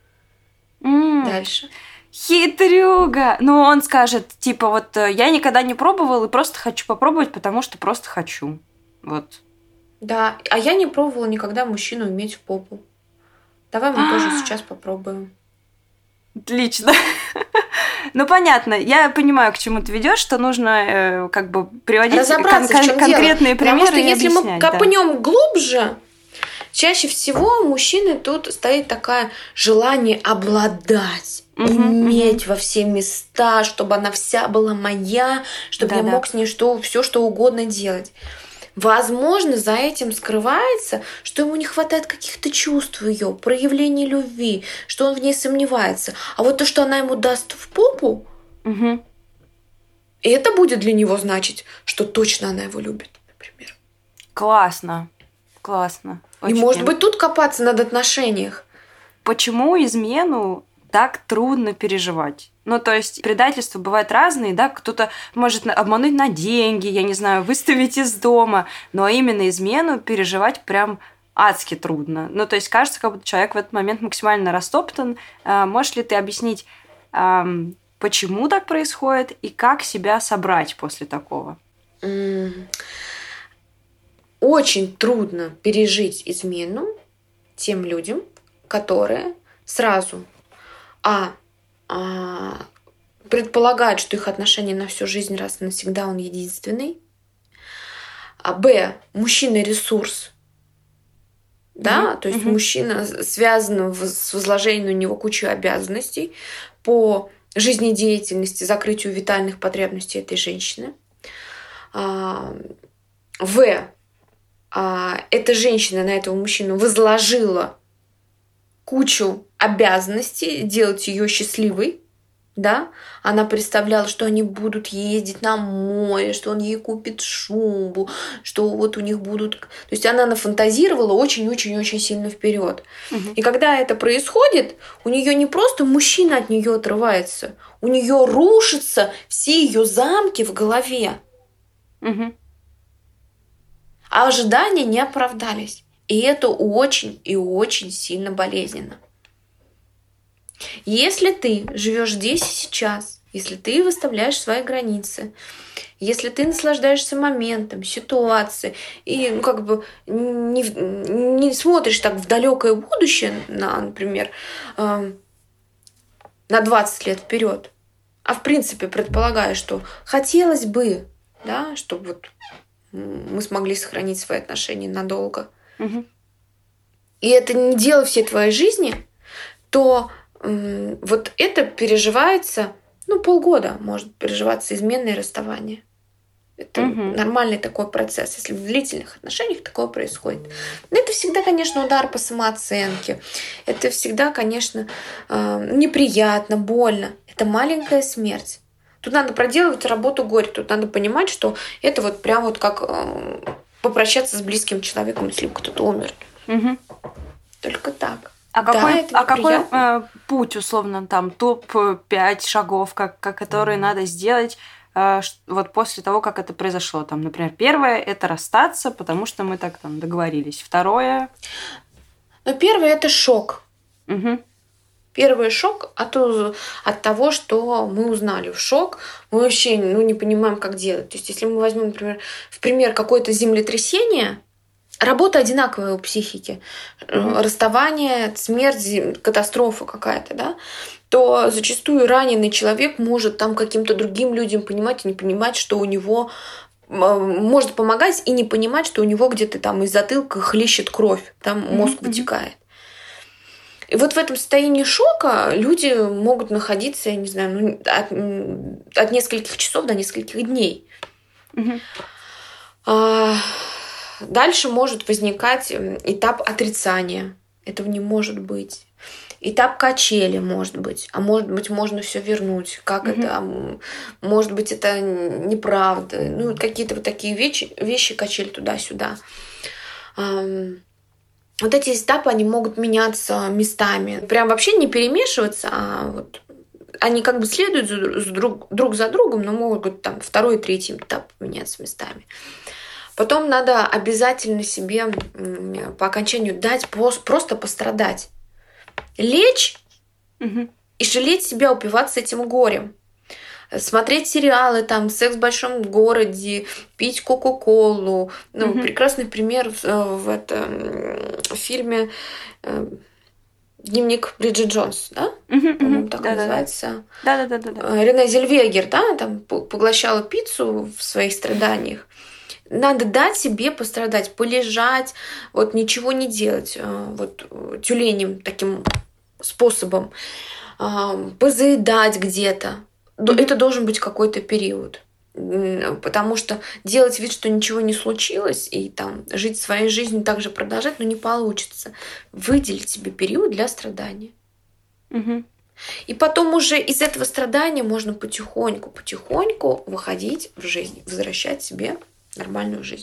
Mm. Дальше. Хитрюга! Ну, он скажет, типа, вот я никогда не пробовал и просто хочу попробовать, потому что просто хочу. Вот. Да, а я не пробовала никогда мужчину иметь в попу. Давай мы тоже сейчас попробуем. Отлично. Ну, понятно. Я понимаю, к чему ты ведешь, что нужно э, как бы приводить кон- кон- конкретные дело. примеры. Потому что и если объяснять, мы копнем да. глубже, чаще всего у мужчины тут стоит такое желание обладать, угу, иметь угу. во все места, чтобы она вся была моя, чтобы да, я да. мог с ней что, все что угодно делать. Возможно, за этим скрывается, что ему не хватает каких-то чувств ее, проявлений любви, что он в ней сомневается. А вот то, что она ему даст в попу, угу. это будет для него значить, что точно она его любит, например. Классно, классно. Очень. И может быть тут копаться над отношениях. Почему измену так трудно переживать? Ну, то есть предательства бывают разные, да, кто-то может обмануть на деньги, я не знаю, выставить из дома, но именно измену переживать прям адски трудно. Ну, то есть кажется, как будто человек в этот момент максимально растоптан. Можешь ли ты объяснить, почему так происходит и как себя собрать после такого? Очень трудно пережить измену тем людям, которые сразу а А, предполагают, что их отношения на всю жизнь раз и навсегда он единственный. А б. Мужчина ресурс. Да, mm-hmm. то есть mm-hmm. мужчина связан с возложением на него кучу обязанностей по жизнедеятельности, закрытию витальных потребностей этой женщины. А, в. А, эта женщина на этого мужчину возложила кучу обязанностей делать ее счастливой, да, она представляла, что они будут ездить на море, что он ей купит шубу, что вот у них будут... То есть она нафантазировала очень-очень-очень сильно вперед. Мгм. И когда это происходит, у нее не просто мужчина от нее отрывается, у нее рушатся все ее замки в голове, Мгм. а ожидания не оправдались. И это очень и очень сильно болезненно. Если ты живешь здесь и сейчас, если ты выставляешь свои границы, если ты наслаждаешься моментом, ситуацией, и ну, как бы не, не смотришь так в далекое будущее, на, например, э, на двадцать лет вперед, а в принципе предполагаешь, что хотелось бы, да, чтобы вот мы смогли сохранить свои отношения надолго, Мгм. и это не дело всей твоей жизни, то м, вот это переживается, ну, полгода может переживаться изменное расставание. Это Мгм. нормальный такой процесс, если в длительных отношениях такое происходит. Но это всегда, конечно, удар по самооценке. Это всегда, конечно, э, неприятно, больно. Это маленькая смерть. Тут надо проделывать работу горя. Тут надо понимать, что это вот прям вот как э, попрощаться с близким человеком, если кто-то умер. Мгм. Только так. А Да, какой, это а какой неприятно. э, путь, условно, там, топ пять шагов, как, как, которые надо сделать э, ш- вот после того, как это произошло? Там, например, первое– это расстаться, потому что мы так там договорились. Второе… Но первое это шок. Мгм. Первый шок от, уз- от того, что мы узнали. В шок мы вообще ну, не понимаем, как делать. То есть, если мы возьмем, например, в пример какое-то землетрясение, работа одинаковая у психики. Э, Мгм. Расставание, смерть, зем- катастрофа какая-то, да, то зачастую раненый человек может там каким-то другим людям понимать и не понимать, что у него м, может помогать и не понимать, что у него где-то там из затылка хлещет кровь, там мозг Мгм. Мгм. вытекает. И вот в этом состоянии шока люди могут находиться, я не знаю, ну, от, м, от нескольких часов до нескольких дней. Мгм. А, Дальше может возникать м, этап отрицания. Этого не может быть. Этап качели может быть. А может быть, можно все вернуть. Как Мгм. это? А, м, Может быть, это неправда. Ну, какие-то вот такие вещи, вещи качель туда-сюда. Ам, Вот эти этапы, они могут меняться местами. Прям вообще не перемешиваться, а вот они как бы следуют за- за друг, друг за другом, но могут там второй и третий этап меняться местами. Потом надо обязательно себе м, по окончанию дать пос- просто пострадать. Лечь Мгм. и жалеть себя, упиваться этим горем. Смотреть сериалы, там, «Секс в большом городе», пить Кока-Колу. Ну, Мгм. прекрасный пример в, э, в этом м, фильме э, «Дневник Бриджит Джонс», да? Мгм. По-моему, Мгм. так Да-да-да. называется. Да-да-да-да-да. Э, Рене Зельвегер, да, там по- поглощала пиццу в своих страданиях. Надо дать себе пострадать, полежать, вот ничего не делать, э, вот э, тюленем таким способом, а, позаедать где-то. Д- Мгм. Это должен быть какой-то период. М, Потому что делать вид, что ничего не случилось, и там жить своей жизнью так же продолжать, ну не получится. Выделить себе период для страдания. Мгм. И потом уже из этого страдания можно потихоньку, потихоньку выходить в жизнь, возвращать себе нормальную жизнь.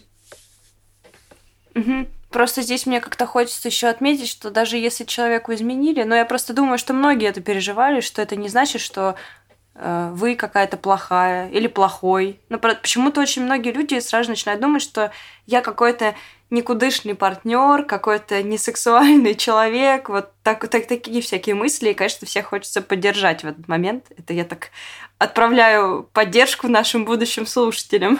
Мгм. Просто здесь мне как-то хочется еще отметить, что даже если человеку изменили, но я просто думаю, что многие это переживали, что это не значит, что э, вы какая-то плохая или плохой. Но про- почему-то очень многие люди сразу начинают думать, что я какой-то никудышный партнер, какой-то несексуальный человек, вот так, так, такие всякие мысли, и, конечно, всех хочется поддержать в этот момент. Это я так отправляю поддержку нашим будущим слушателям.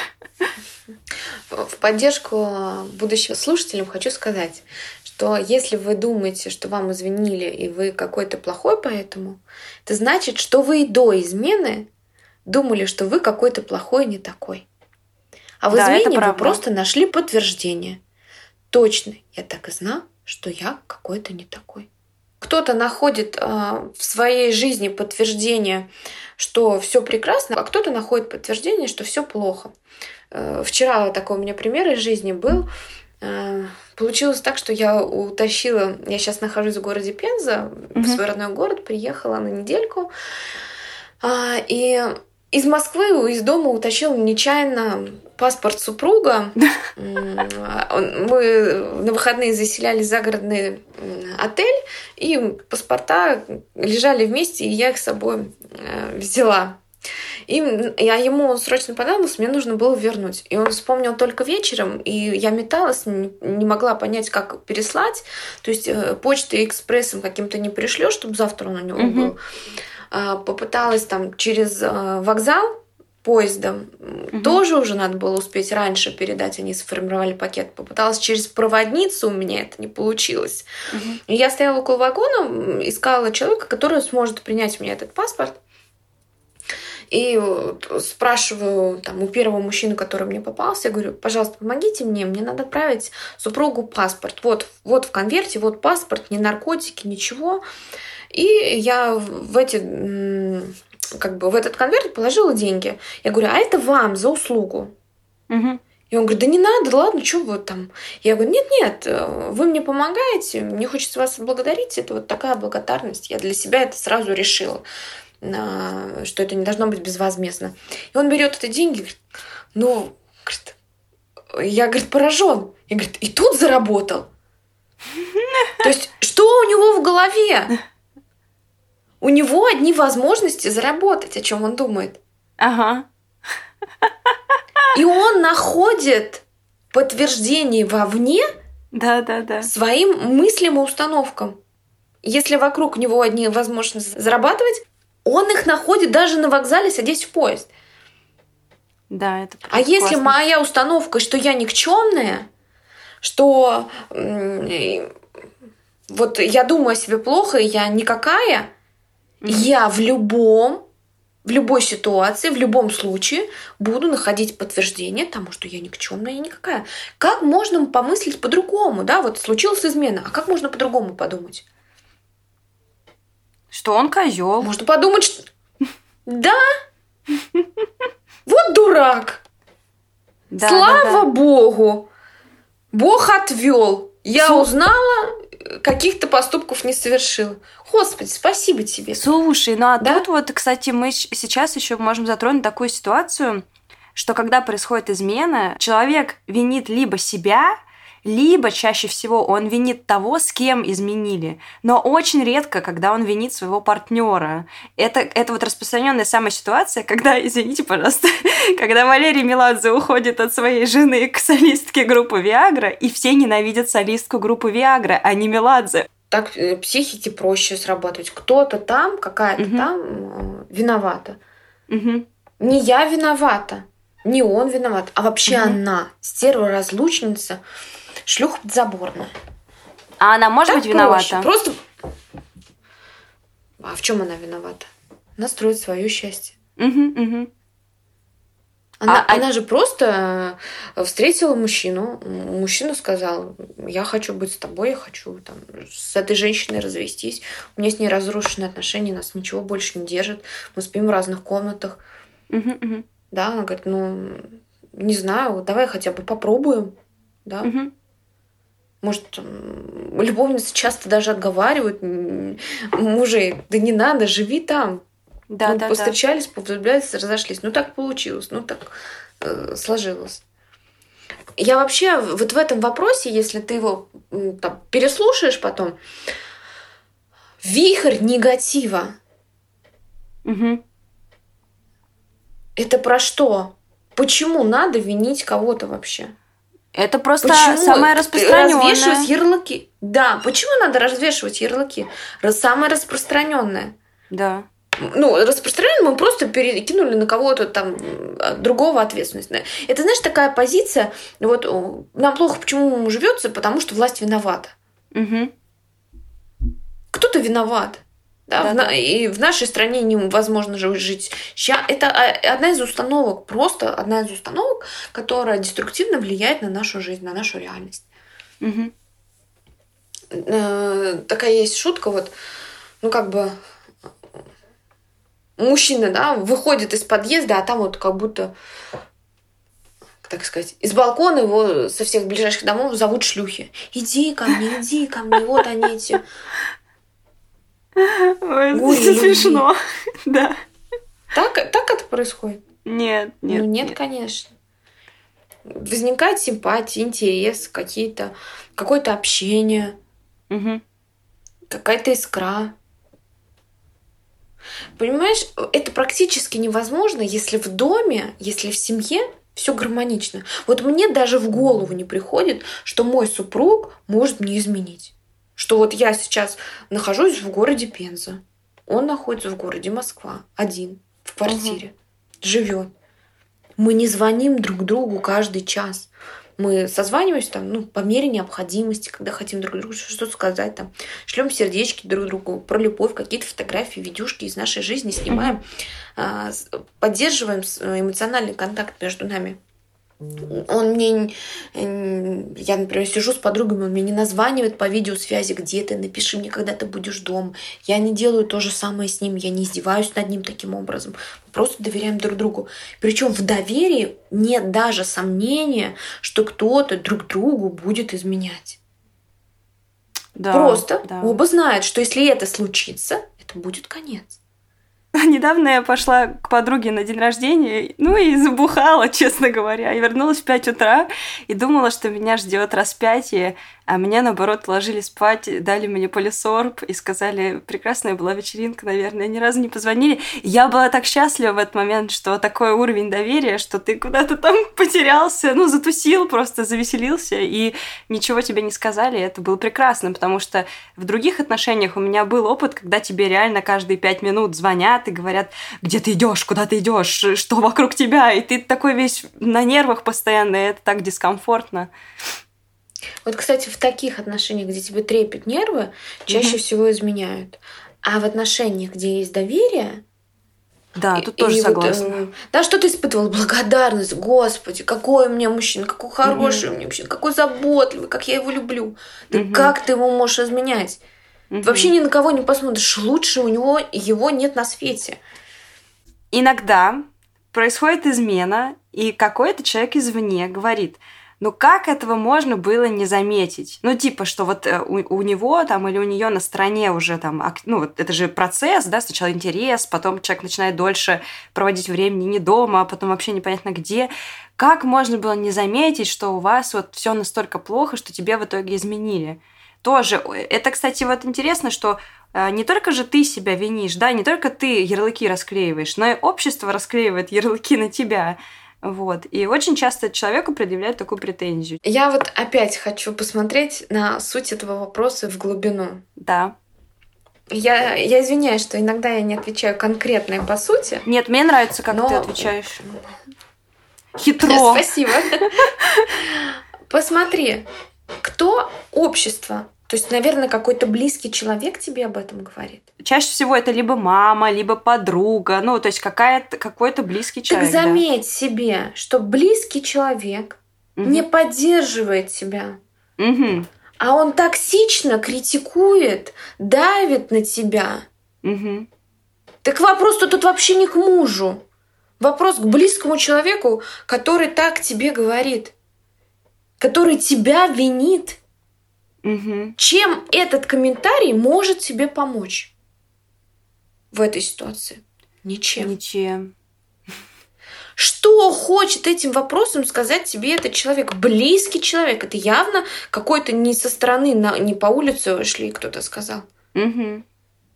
В поддержку будущим слушателям хочу сказать, что если вы думаете, что вам изменили и вы какой-то плохой поэтому, это значит, что вы и до измены думали, что вы какой-то плохой, не такой. А в Да, это измене вы правда. просто нашли подтверждение. Точно, я так и знал, что я какой-то не такой. Кто-то находит э, в своей жизни подтверждение, что все прекрасно, а кто-то находит подтверждение, что все плохо. Э, вчера такой у меня пример из жизни был. Э, получилось так, что я утащила... Я сейчас нахожусь в городе Пенза, в Мгм. свой родной город, приехала на недельку. А, и из Москвы, из дома утащил нечаянно паспорт супруга. Мы на выходные заселяли загородный отель, и паспорта лежали вместе, и я их с собой взяла. И я ему срочно понадобился, мне нужно было вернуть. И он вспомнил только вечером, и я металась, не могла понять, как переслать. То есть почтой экспрессом каким-то не пришлю, чтобы завтра он у него был. Mm-hmm. Попыталась там через вокзал поездом. Mm-hmm. Тоже уже надо было успеть раньше передать, они сформировали пакет. Попыталась через проводницу, у меня это не получилось. Mm-hmm. И я стояла около вагона, искала человека, который сможет принять у меня этот паспорт. И спрашиваю там, у первого мужчины, который мне попался, я говорю, пожалуйста, помогите мне, мне надо отправить супругу паспорт. Вот, вот в конверте, вот паспорт, ни наркотики, ничего. И я в эти, как бы в этот конверт положила деньги. Я говорю, а это вам за услугу. Угу. И он говорит, да не надо, ладно, что вы там. Я говорю, нет-нет, вы мне помогаете, мне хочется вас отблагодарить, это вот такая благодарность. Я для себя это сразу решила, что это не должно быть безвозмездно. И он берет эти деньги и говорит, ну, говорит, я, говорит, поражен. И говорит, и тут заработал. То есть, что у него в голове? У него одни возможности заработать, о чем он думает. Ага. И он находит подтверждение вовне да, да, да. своим мыслям и установкам. Если вокруг него одни возможности зарабатывать, он их находит даже на вокзале, садясь в поезд. Да, это А классно. Если моя установка, что я никчемная, что м- вот я думаю о себе плохо, и я никакая, mm-hmm. я в любом, в любой ситуации, в любом случае буду находить подтверждение тому, что я никчемная и никакая. Как можно помыслить по-другому? Да, вот случилась измена, а как можно по-другому подумать? Что он козел. Можно подумать, что... Да! Вот дурак! Да, Слава да, да. Богу! Бог отвел. Я Слушай, узнала, каких-то поступков не совершила. Господи, спасибо тебе. Слушай, ну а да? тут вот, кстати, мы сейчас еще можем затронуть такую ситуацию, что когда происходит измена, человек винит либо себя, либо чаще всего он винит того, с кем изменили. Но очень редко, когда он винит своего партнера. Это, это вот распространенная самая ситуация, когда, извините, пожалуйста, когда Валерий Меладзе уходит от своей жены к солистке группы Виагра, и все ненавидят солистку группы Виагра, а не Меладзе. Так психике проще срабатывать. Кто-то там, какая-то угу. там э, виновата. Угу. Не я виновата, не он виноват, а вообще угу. она, стерва-разлучница, шлюха подзаборная. А она может так быть виновата? Проще. Просто... А в чем она виновата? Она строит свое счастье. Угу, угу. Она, а, она же просто встретила мужчину. Мужчина сказал, я хочу быть с тобой, я хочу там, с этой женщиной развестись. У меня с ней разрушенные отношения, нас ничего больше не держит. Мы спим в разных комнатах. Угу, угу. Да, она говорит, ну, не знаю, давай хотя бы попробуем. Да? Угу. Может, любовницы часто даже отговаривают мужей, да не надо, живи там. Да, ну, да, повстречались, да. повлюблялись, разошлись. Ну, так получилось, ну, так э, сложилось. Я вообще вот в этом вопросе, если ты его там, переслушаешь потом, вихрь негатива. Угу. Это про что? Почему надо винить кого-то вообще? Это просто почему самое распространенное. Развешивать ярлыки. Да, почему надо развешивать ярлыки? Самое распространенное. Да. Ну, распространенное мы просто перекинули на кого-то там другого ответственность. Это, знаешь, такая позиция, вот нам плохо почему живется, потому что власть виновата. Угу. Кто-то виноват. Да, да, в, да. И в нашей стране невозможно жить. Это одна из установок, просто одна из установок, которая деструктивно влияет на нашу жизнь, на нашу реальность. Угу. Такая есть шутка, вот, ну как бы мужчина, да, выходит из подъезда, а там вот как будто, так сказать, из балкона его со всех ближайших домов зовут шлюхи. Иди ко мне, иди ко мне, вот они эти. Ой, это смешно. Да. Так, так это происходит? Нет, нет. Ну нет, нет. конечно. Возникает симпатия, интерес, какие-то, какое-то общение, Угу. какая-то искра. Понимаешь, это практически невозможно, если в доме, если в семье все гармонично. Вот мне даже в голову не приходит, что мой супруг может мне изменить. Что вот я сейчас нахожусь в городе Пенза, он находится в городе Москва, один, в квартире, живет. Мы не звоним друг другу каждый час. Мы созваниваемся там, ну, по мере необходимости, когда хотим друг другу что-то сказать, там, шлем сердечки друг другу, про любовь, какие-то фотографии, видюшки из нашей жизни снимаем, а, с- поддерживаем с- эмоциональный контакт между нами. Он мне, м, я, например, сижу с подругами, он мне не названивает по видеосвязи, где ты, напиши мне, когда ты будешь дома. Я не делаю то же самое с ним, я не издеваюсь над ним таким образом. Мы просто доверяем друг другу. Причем в доверии нет даже сомнения, что кто-то друг другу будет изменять. Да, Просто да. оба знают, что если это случится, это будет конец. Недавно я пошла к подруге на день рождения, ну и забухала, честно говоря. Я вернулась в пять утра и думала, что меня ждет распятие, а меня, наоборот, ложили спать, дали мне полисорб и сказали, прекрасная была вечеринка, наверное, ни разу не позвонили. И я была так счастлива в этот момент, что такой уровень доверия, что ты куда-то там потерялся, ну, затусил, просто завеселился, и ничего тебе не сказали. Это было прекрасно, потому что в других отношениях у меня был опыт, когда тебе реально каждые пять минут звонят и говорят, где ты идешь, куда ты идешь, что вокруг тебя, и ты такой весь на нервах постоянно, и это так дискомфортно. Вот, кстати, в таких отношениях, где тебе трепет нервы, чаще Мгм. всего изменяют. А в отношениях, где есть доверие, Да, и- тут тоже и вот, согласна. э, да, что ты испытывал? Благодарность, Господи, какой у меня мужчина, какой хороший у меня мужчина, какой заботливый, как я его люблю. Да Мгм. как ты его можешь изменять? Ты Мгм. вообще ни на кого не посмотришь. Лучше у него его нет на свете. Иногда происходит измена, и какой-то человек извне говорит, ну как этого можно было не заметить? Ну типа, что вот э, у, у него там или у нее на стороне уже там, ак- ну вот это же процесс, да, сначала интерес, потом человек начинает дольше проводить времени не дома, а потом вообще непонятно где. Как можно было не заметить, что у вас вот все настолько плохо, что тебе в итоге изменили? Тоже, э, это, кстати, вот интересно, что э, не только же ты себя винишь, да, не только ты ярлыки расклеиваешь, но и общество расклеивает ярлыки на тебя. Вот. И очень часто человеку предъявляют такую претензию. Я вот опять хочу посмотреть на суть этого вопроса в глубину. Да. Я, я извиняюсь, что иногда я не отвечаю конкретно и по сути. Нет, мне нравится, как Но- ты отвечаешь. Хитро. Спасибо. Посмотри, кто общество? То есть, наверное, какой-то близкий человек тебе об этом говорит. Чаще всего это либо мама, либо подруга, ну, то есть какая-то, какой-то близкий человек. Так да. заметь себе, что близкий человек Мгм. не поддерживает тебя, Мгм. а он токсично критикует, давит на тебя. Мгм. Так вопрос-то тут вообще не к мужу. Вопрос к близкому человеку, который так тебе говорит, который тебя винит. Мгм. Чем этот комментарий может тебе помочь в этой ситуации? Ничем. Ничем. Что хочет этим вопросом сказать тебе этот человек? Близкий человек. Это явно какой-то не со стороны, на- не по улице шли, кто-то сказал. Мгм.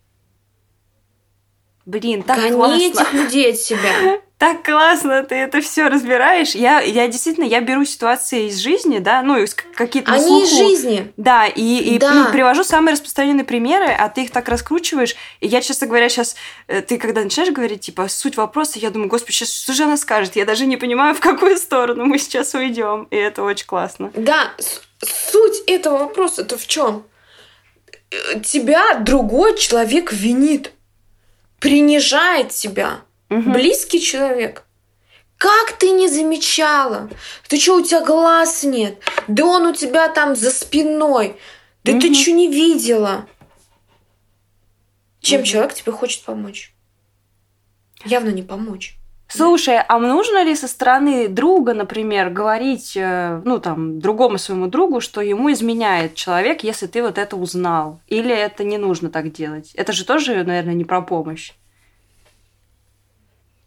Блин, так Гони классно. этих людей от себя. Так классно ты это все разбираешь. Я, я действительно, я беру ситуации из жизни, да, ну, из к- какие-то на Они из слуху. жизни. Да, и, и, Да. ну, привожу самые распространенные примеры, а ты их так раскручиваешь. И я, честно говоря, сейчас, ты когда начинаешь говорить, типа, суть вопроса, я думаю, господи, сейчас что же она скажет? Я даже не понимаю, в какую сторону мы сейчас уйдем. И это очень классно. Да, с- суть этого вопроса-то в чем? Тебя другой человек винит, принижает тебя. Мгм. Близкий человек. Как ты не замечала? Ты что, у тебя глаз нет? Да он у тебя там за спиной. Да ты Мгм. что не видела? Чем Мгм. человек тебе хочет помочь? Явно не помочь. Слушай, а нужно ли со стороны друга, например, говорить, э, ну, там, другому своему другу, что ему изменяет человек, если ты вот это узнал? Или это не нужно так делать? Это же тоже, наверное, не про помощь.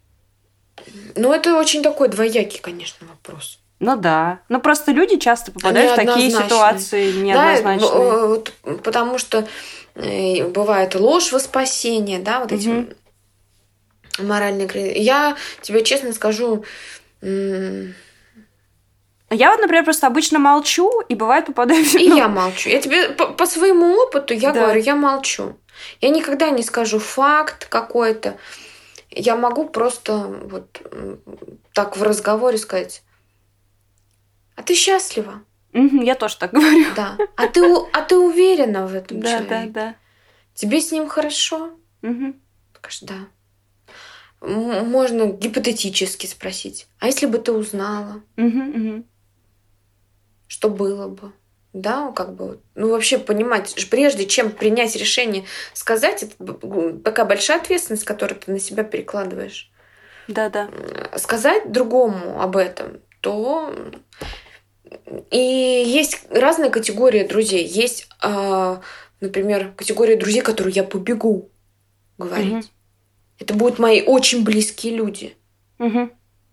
Ну, это очень такой двоякий, конечно, вопрос. Ну да. Ну просто люди часто попадают в такие ситуации неоднозначные. Да, вот, потому что э, бывает ложь во спасение, да, вот эти угу. моральные границы. Я тебе честно скажу... М- Я вот, например, просто обычно молчу, и бывает попадаю в... И ну... я молчу. Я тебе по, по своему опыту, я да. говорю, я молчу. Я никогда не скажу факт какой-то. Я могу просто вот так в разговоре сказать: а ты счастлива? Угу, я тоже так говорю. Да. А ты, а ты уверена в этом да, человеке? Да, да, да. Тебе с ним хорошо? Угу. Скажешь, да. Можно гипотетически спросить: а если бы ты узнала? Угу, угу. Что было бы? Да, как бы, ну вообще понимать, прежде чем принять решение сказать, это такая большая ответственность, которую ты на себя перекладываешь. Да, да. Сказать другому об этом, то и есть разные категории друзей. Есть, например, категория друзей, которую я побегу говорить. Угу. Это будут мои очень близкие люди. Угу.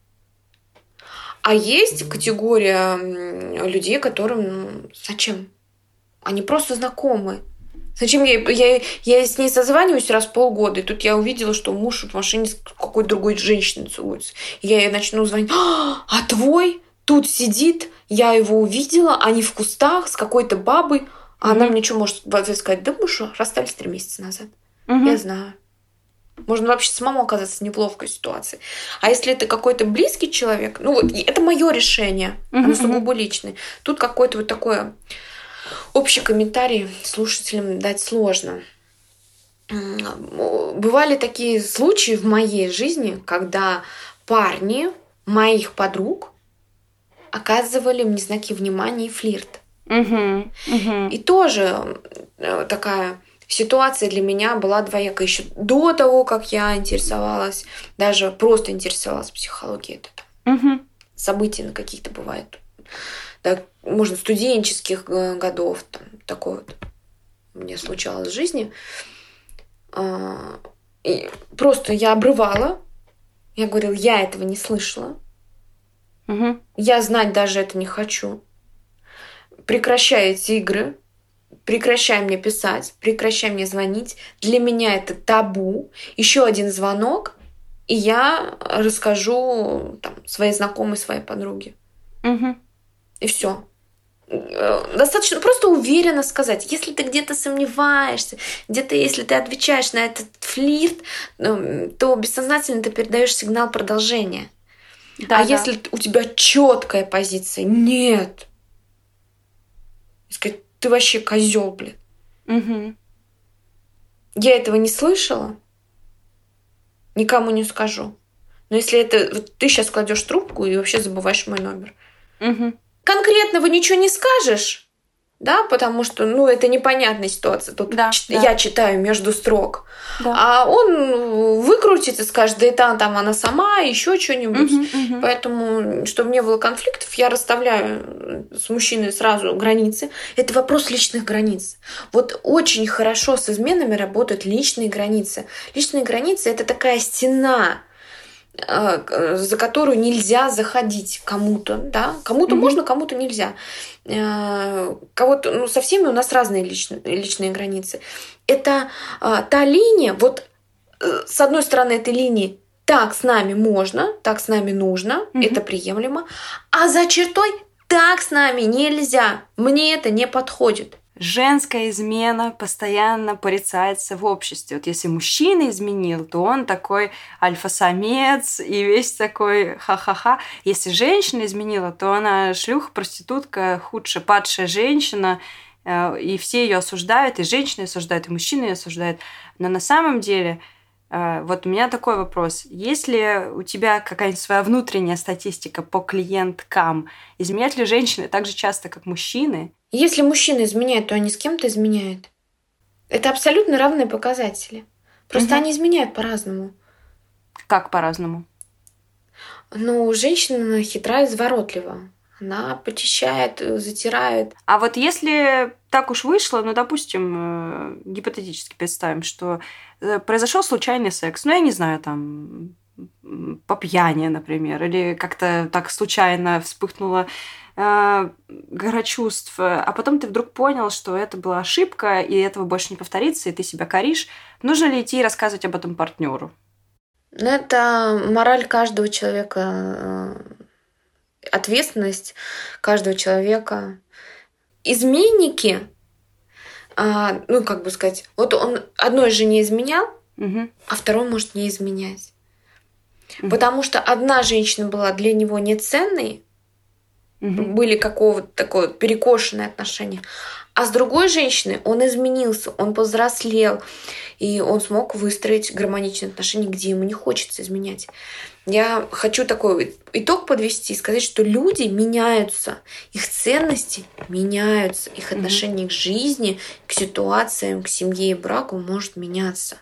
А есть категория людей, которым, ну, зачем? Они просто знакомы. Зачем я, я, я с ней созваниваюсь раз в полгода, и тут я увидела, что муж в машине с какой-то другой женщиной целуется. И я ей начну звонить: а, а твой тут сидит, я его увидела, они в кустах с какой-то бабой. А mm-hmm. она мне что может в ответ сказать? Да мы что, расстались три месяца назад. Mm-hmm. Я знаю. Можно вообще самому оказаться в неловкой ситуации. А если это какой-то близкий человек, ну вот это мое решение, uh-huh, оно сугубо личное. Тут какой-то вот такой общий комментарий слушателям дать сложно. Бывали такие случаи в моей жизни, когда парни моих подруг оказывали мне знаки внимания и флирт. Uh-huh, uh-huh. И тоже такая... Ситуация для меня была двоякая. Еще до того, как я интересовалась, даже просто интересовалась психологией. Это угу. события на каких-то бывает. Да, можно студенческих годов. Там, такое вот у меня случалось в жизни. И просто я обрывала. Я говорила, я этого не слышала. Угу. Я знать даже это не хочу. Прекращай эти игры. Прекращай мне писать, прекращай мне звонить. Для меня это табу. Еще один звонок, и я расскажу там, своей знакомой, своей подруге. Угу. И все. Достаточно просто уверенно сказать. Если ты где-то сомневаешься, где-то, если ты отвечаешь на этот флирт, то бессознательно ты передаешь сигнал продолжения. Да, а да. если у тебя четкая позиция, нет. И сказать, ты вообще козел, блин. Угу. Я этого не слышала, никому не скажу. Но если это вот ты сейчас кладешь трубку и вообще забываешь мой номер. Угу. Конкретного ничего не скажешь, да, потому что, ну, это непонятная ситуация. Тут да, ч- да. я читаю между строк. Да. А он выкрутится, скажет, да и там, там она сама, еще что-нибудь. Угу, угу. Поэтому, чтобы не было конфликтов, я расставляю с мужчиной сразу границы. Это вопрос личных границ. Вот очень хорошо с изменами работают личные границы. Личные границы – это такая стена, за которую нельзя заходить кому-то, да, кому-то mm-hmm. можно, кому-то нельзя. Кого-то, ну, со всеми у нас разные личные, личные границы. Это а, та линия, вот с одной стороны этой линии так с нами можно, так с нами нужно, mm-hmm. это приемлемо, а за чертой так с нами нельзя, мне это не подходит. Женская измена постоянно порицается в обществе. Вот если мужчина изменил, то он такой альфа-самец и весь такой ха-ха-ха. Если женщина изменила, то она шлюха, проститутка, худшая, падшая женщина, и все ее осуждают, и женщины осуждают, и мужчины ее осуждают. Но на самом деле, вот у меня такой вопрос. Есть ли у тебя какая-нибудь своя внутренняя статистика по клиенткам? Изменяют ли женщины так же часто, как мужчины? Если мужчина изменяет, то они с кем-то изменяют. Это абсолютно равные показатели. Просто угу. они изменяют по-разному. Как по-разному? Ну, женщина хитра и изворотлива. Она почищает, затирает. А вот если так уж вышло, ну, допустим, гипотетически представим, что произошел случайный секс, ну, я не знаю, там, по пьяни, например, или как-то так случайно вспыхнула э, гора чувств, а потом ты вдруг понял, что это была ошибка, и этого больше не повторится, и ты себя коришь. Нужно ли идти и рассказывать об этом партнеру? Ну, это мораль каждого человека, ответственность каждого человека. Изменники, а, ну, как бы сказать, вот он одной жене изменял, угу. а второй может не изменять. Угу. Потому что одна женщина была для него неценной, угу. были какого-то такое перекошенное отношение, а с другой женщиной он изменился, он повзрослел, и он смог выстроить гармоничные отношения, где ему не хочется изменять. Я хочу такой итог подвести и сказать, что люди меняются, их ценности меняются, их отношение mm-hmm. к жизни, к ситуациям, к семье и браку может меняться.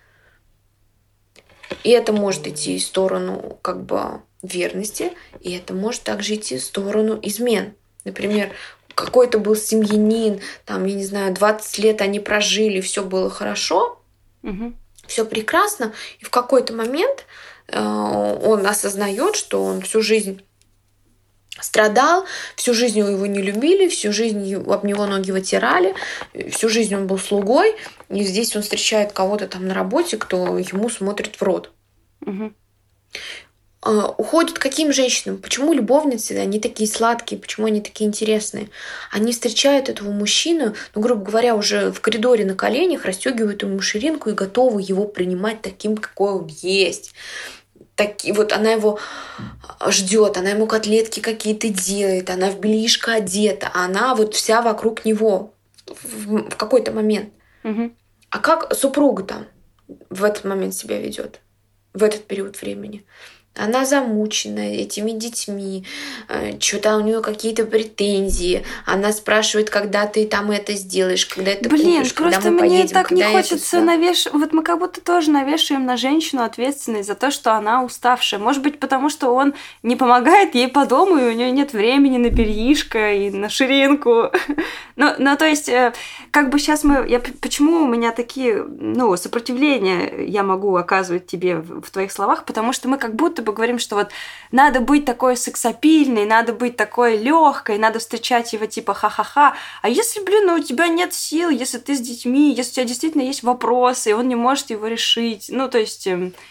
И это может идти в сторону как бы верности, и это может также идти в сторону измен. Например, какой-то был семьянин, там, я не знаю, двадцать лет они прожили, все было хорошо, угу. все прекрасно, и в какой-то момент э, он осознает, что он всю жизнь страдал, всю жизнь его не любили, всю жизнь об него ноги вытирали, всю жизнь он был слугой, и здесь он встречает кого-то там на работе, кто ему смотрит в рот. Угу. Уходят к каким женщинам? Почему любовницы, они такие сладкие, почему они такие интересные? Они встречают этого мужчину, ну, грубо говоря, уже в коридоре на коленях, расстегивают ему ширинку и готовы его принимать таким, какой он есть. Так, вот она его ждет, она ему котлетки какие-то делает, она в бельишко одета, она вот вся вокруг него в, в какой-то момент. Угу. А как супруга там в этот момент себя ведет, в этот период времени? Она замучена этими детьми, что-то у нее какие-то претензии. Она спрашивает, когда ты там это сделаешь, когда это Блин, купишь, когда мы мне поедем, так когда не хочется навешивать. Вот мы как будто тоже навешиваем на женщину ответственность за то, что она уставшая. Может быть, потому что он не помогает ей по дому, и у нее нет времени на бельишко и на ширинку. Ну, ну, то есть, как бы сейчас мы... Я, почему у меня такие, ну, сопротивления я могу оказывать тебе в, в твоих словах? Потому что мы как будто бы говорим, что вот надо быть такой сексапильной, надо быть такой легкой, надо встречать его типа ха-ха-ха. А если, блин, ну, у тебя нет сил, если ты с детьми, если у тебя действительно есть вопросы, и он не может его решить, ну, то есть...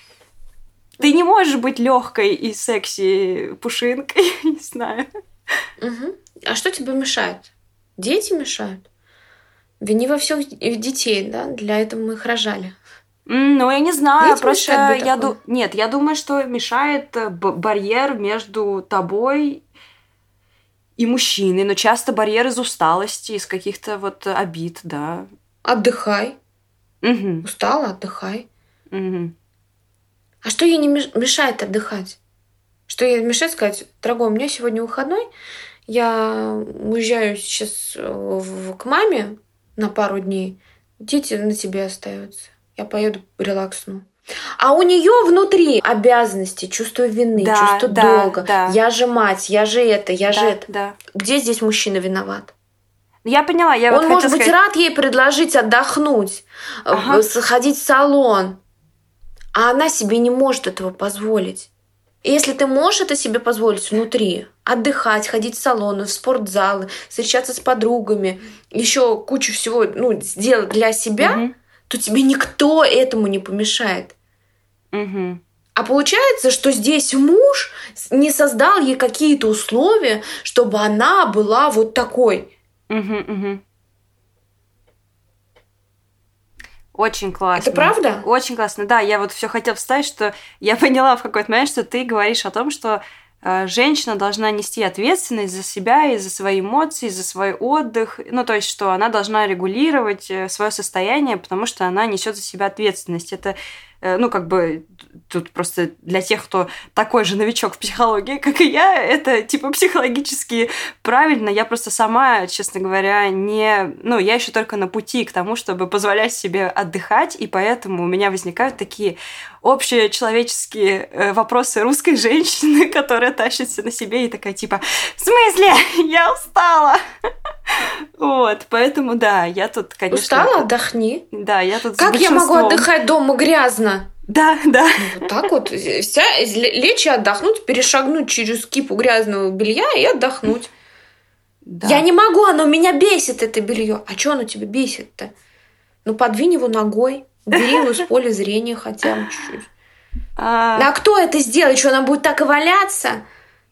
Ты не можешь быть легкой и секси пушинкой, не знаю. Угу. А что тебе мешает? Дети мешают? Вини во всех детей, да? Для этого мы их рожали. Mm, ну, я не знаю, Дети просто я ду... Нет, я думаю, что мешает барьер между тобой и мужчиной, но часто барьер из усталости, из каких-то вот обид, да. Отдыхай. Угу. Устала, отдыхай. Угу. А что ей не мешает отдыхать? Что ей мешает сказать: дорогой, у меня сегодня выходной, я уезжаю сейчас в... к маме на пару дней, дети на тебе остаются. Я поеду релаксну. А у нее внутри обязанности, чувство вины, да, чувство да, долга. Да. Я же мать, я же это, я да, же это. Да. Где здесь мужчина виноват? Я поняла. Я Он вот может быть сказать... рад ей предложить отдохнуть, ага. сходить в салон, а она себе не может этого позволить. И если ты можешь это себе позволить внутри, отдыхать, ходить в салоны, в спортзалы, встречаться с подругами, еще кучу всего, ну, сделать для себя, угу. то тебе никто этому не помешает. Угу. А получается, что здесь муж не создал ей какие-то условия, чтобы она была вот такой. Угу, угу. Очень классно. Это правда? Очень классно. Да, я вот все хотела вставить, что я поняла в какой-то момент, что ты говоришь о том, что э, женщина должна нести ответственность за себя и за свои эмоции, за свой отдых. Ну, то есть, что она должна регулировать свое состояние, потому что она несет за себя ответственность. Это, э, ну, как бы, тут просто для тех, кто такой же новичок в психологии, как и я, это, типа, психологически правильно. Я просто сама, честно говоря, не... Ну, я еще только на пути к тому, чтобы позволять себе отдыхать, и поэтому у меня возникают такие общие человеческие вопросы русской женщины, которая тащится на себе и такая, типа, в смысле? Я устала! Вот, поэтому, да, я тут, конечно... Устала? Отдохни. Да, я тут Как я могу отдыхать дома грязно? Да, да. Ну, вот так вот. Вся, лечь и отдохнуть, перешагнуть через кипу грязного белья и отдохнуть. Да. Я не могу, оно меня бесит, это белье. А что оно тебя бесит-то? Ну, подвинь его ногой, убери его из поля зрения хотя бы чуть-чуть. А... а кто это сделает? Что, она будет так и валяться?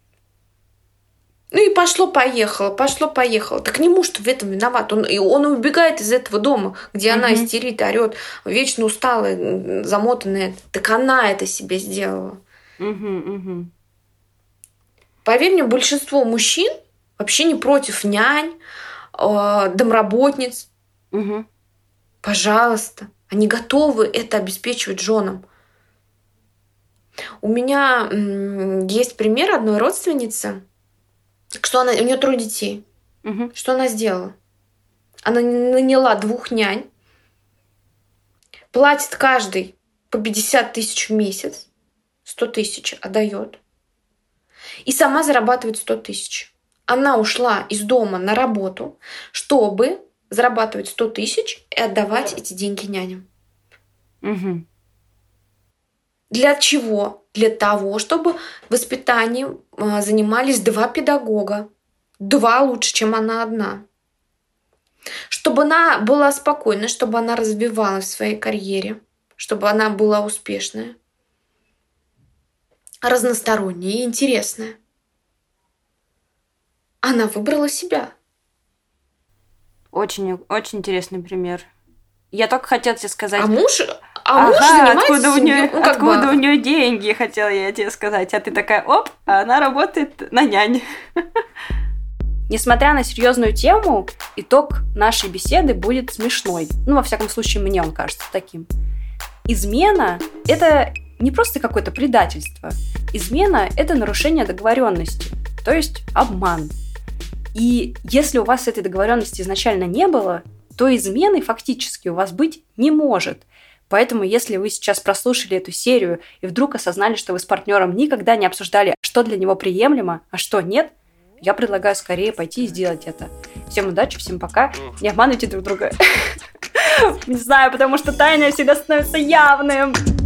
Ну и пошло-поехало, пошло-поехало. Так не муж в этом виноват. Он, он убегает из этого дома, где mm-hmm. она истерит, орет, вечно усталая, замотанная. Так она это себе сделала. Mm-hmm, mm-hmm. Поверь мне, большинство мужчин вообще не против нянь, э, домработниц. Mm-hmm. Пожалуйста. Они готовы это обеспечивать женам. У меня м- есть пример одной родственницы. Что она, у нее трое детей. Угу. Что она сделала? Она наняла двух нянь, платит каждый по пятьдесят тысяч в месяц, сто тысяч отдает, и сама зарабатывает сто тысяч. Она ушла из дома на работу, чтобы зарабатывать сто тысяч и отдавать эти деньги няням. Угу. Для чего? Для того, чтобы воспитанием занимались два педагога. Два лучше, чем она одна. Чтобы она была спокойна, чтобы она развивалась в своей карьере, чтобы она была успешная, разносторонняя и интересная. Она выбрала себя. Очень, очень интересный пример. Я только хотела тебе сказать... А муж... А муж ага, занимается откуда, у нее, ну, откуда бы... у нее деньги, хотела я тебе сказать. А ты такая, оп, а она работает на нянь. Несмотря на серьезную тему, итог нашей беседы будет смешной. Ну, во всяком случае, мне он кажется таким. Измена – это не просто какое-то предательство. Измена – это нарушение договоренности, то есть обман. И если у вас этой договоренности изначально не было, то измены фактически у вас быть не может. Поэтому, если вы сейчас прослушали эту серию и вдруг осознали, что вы с партнером никогда не обсуждали, что для него приемлемо, а что нет, я предлагаю скорее пойти и сделать это. Всем удачи, всем пока. Не обманывайте друг друга. Не знаю, потому что тайное всегда становится явным.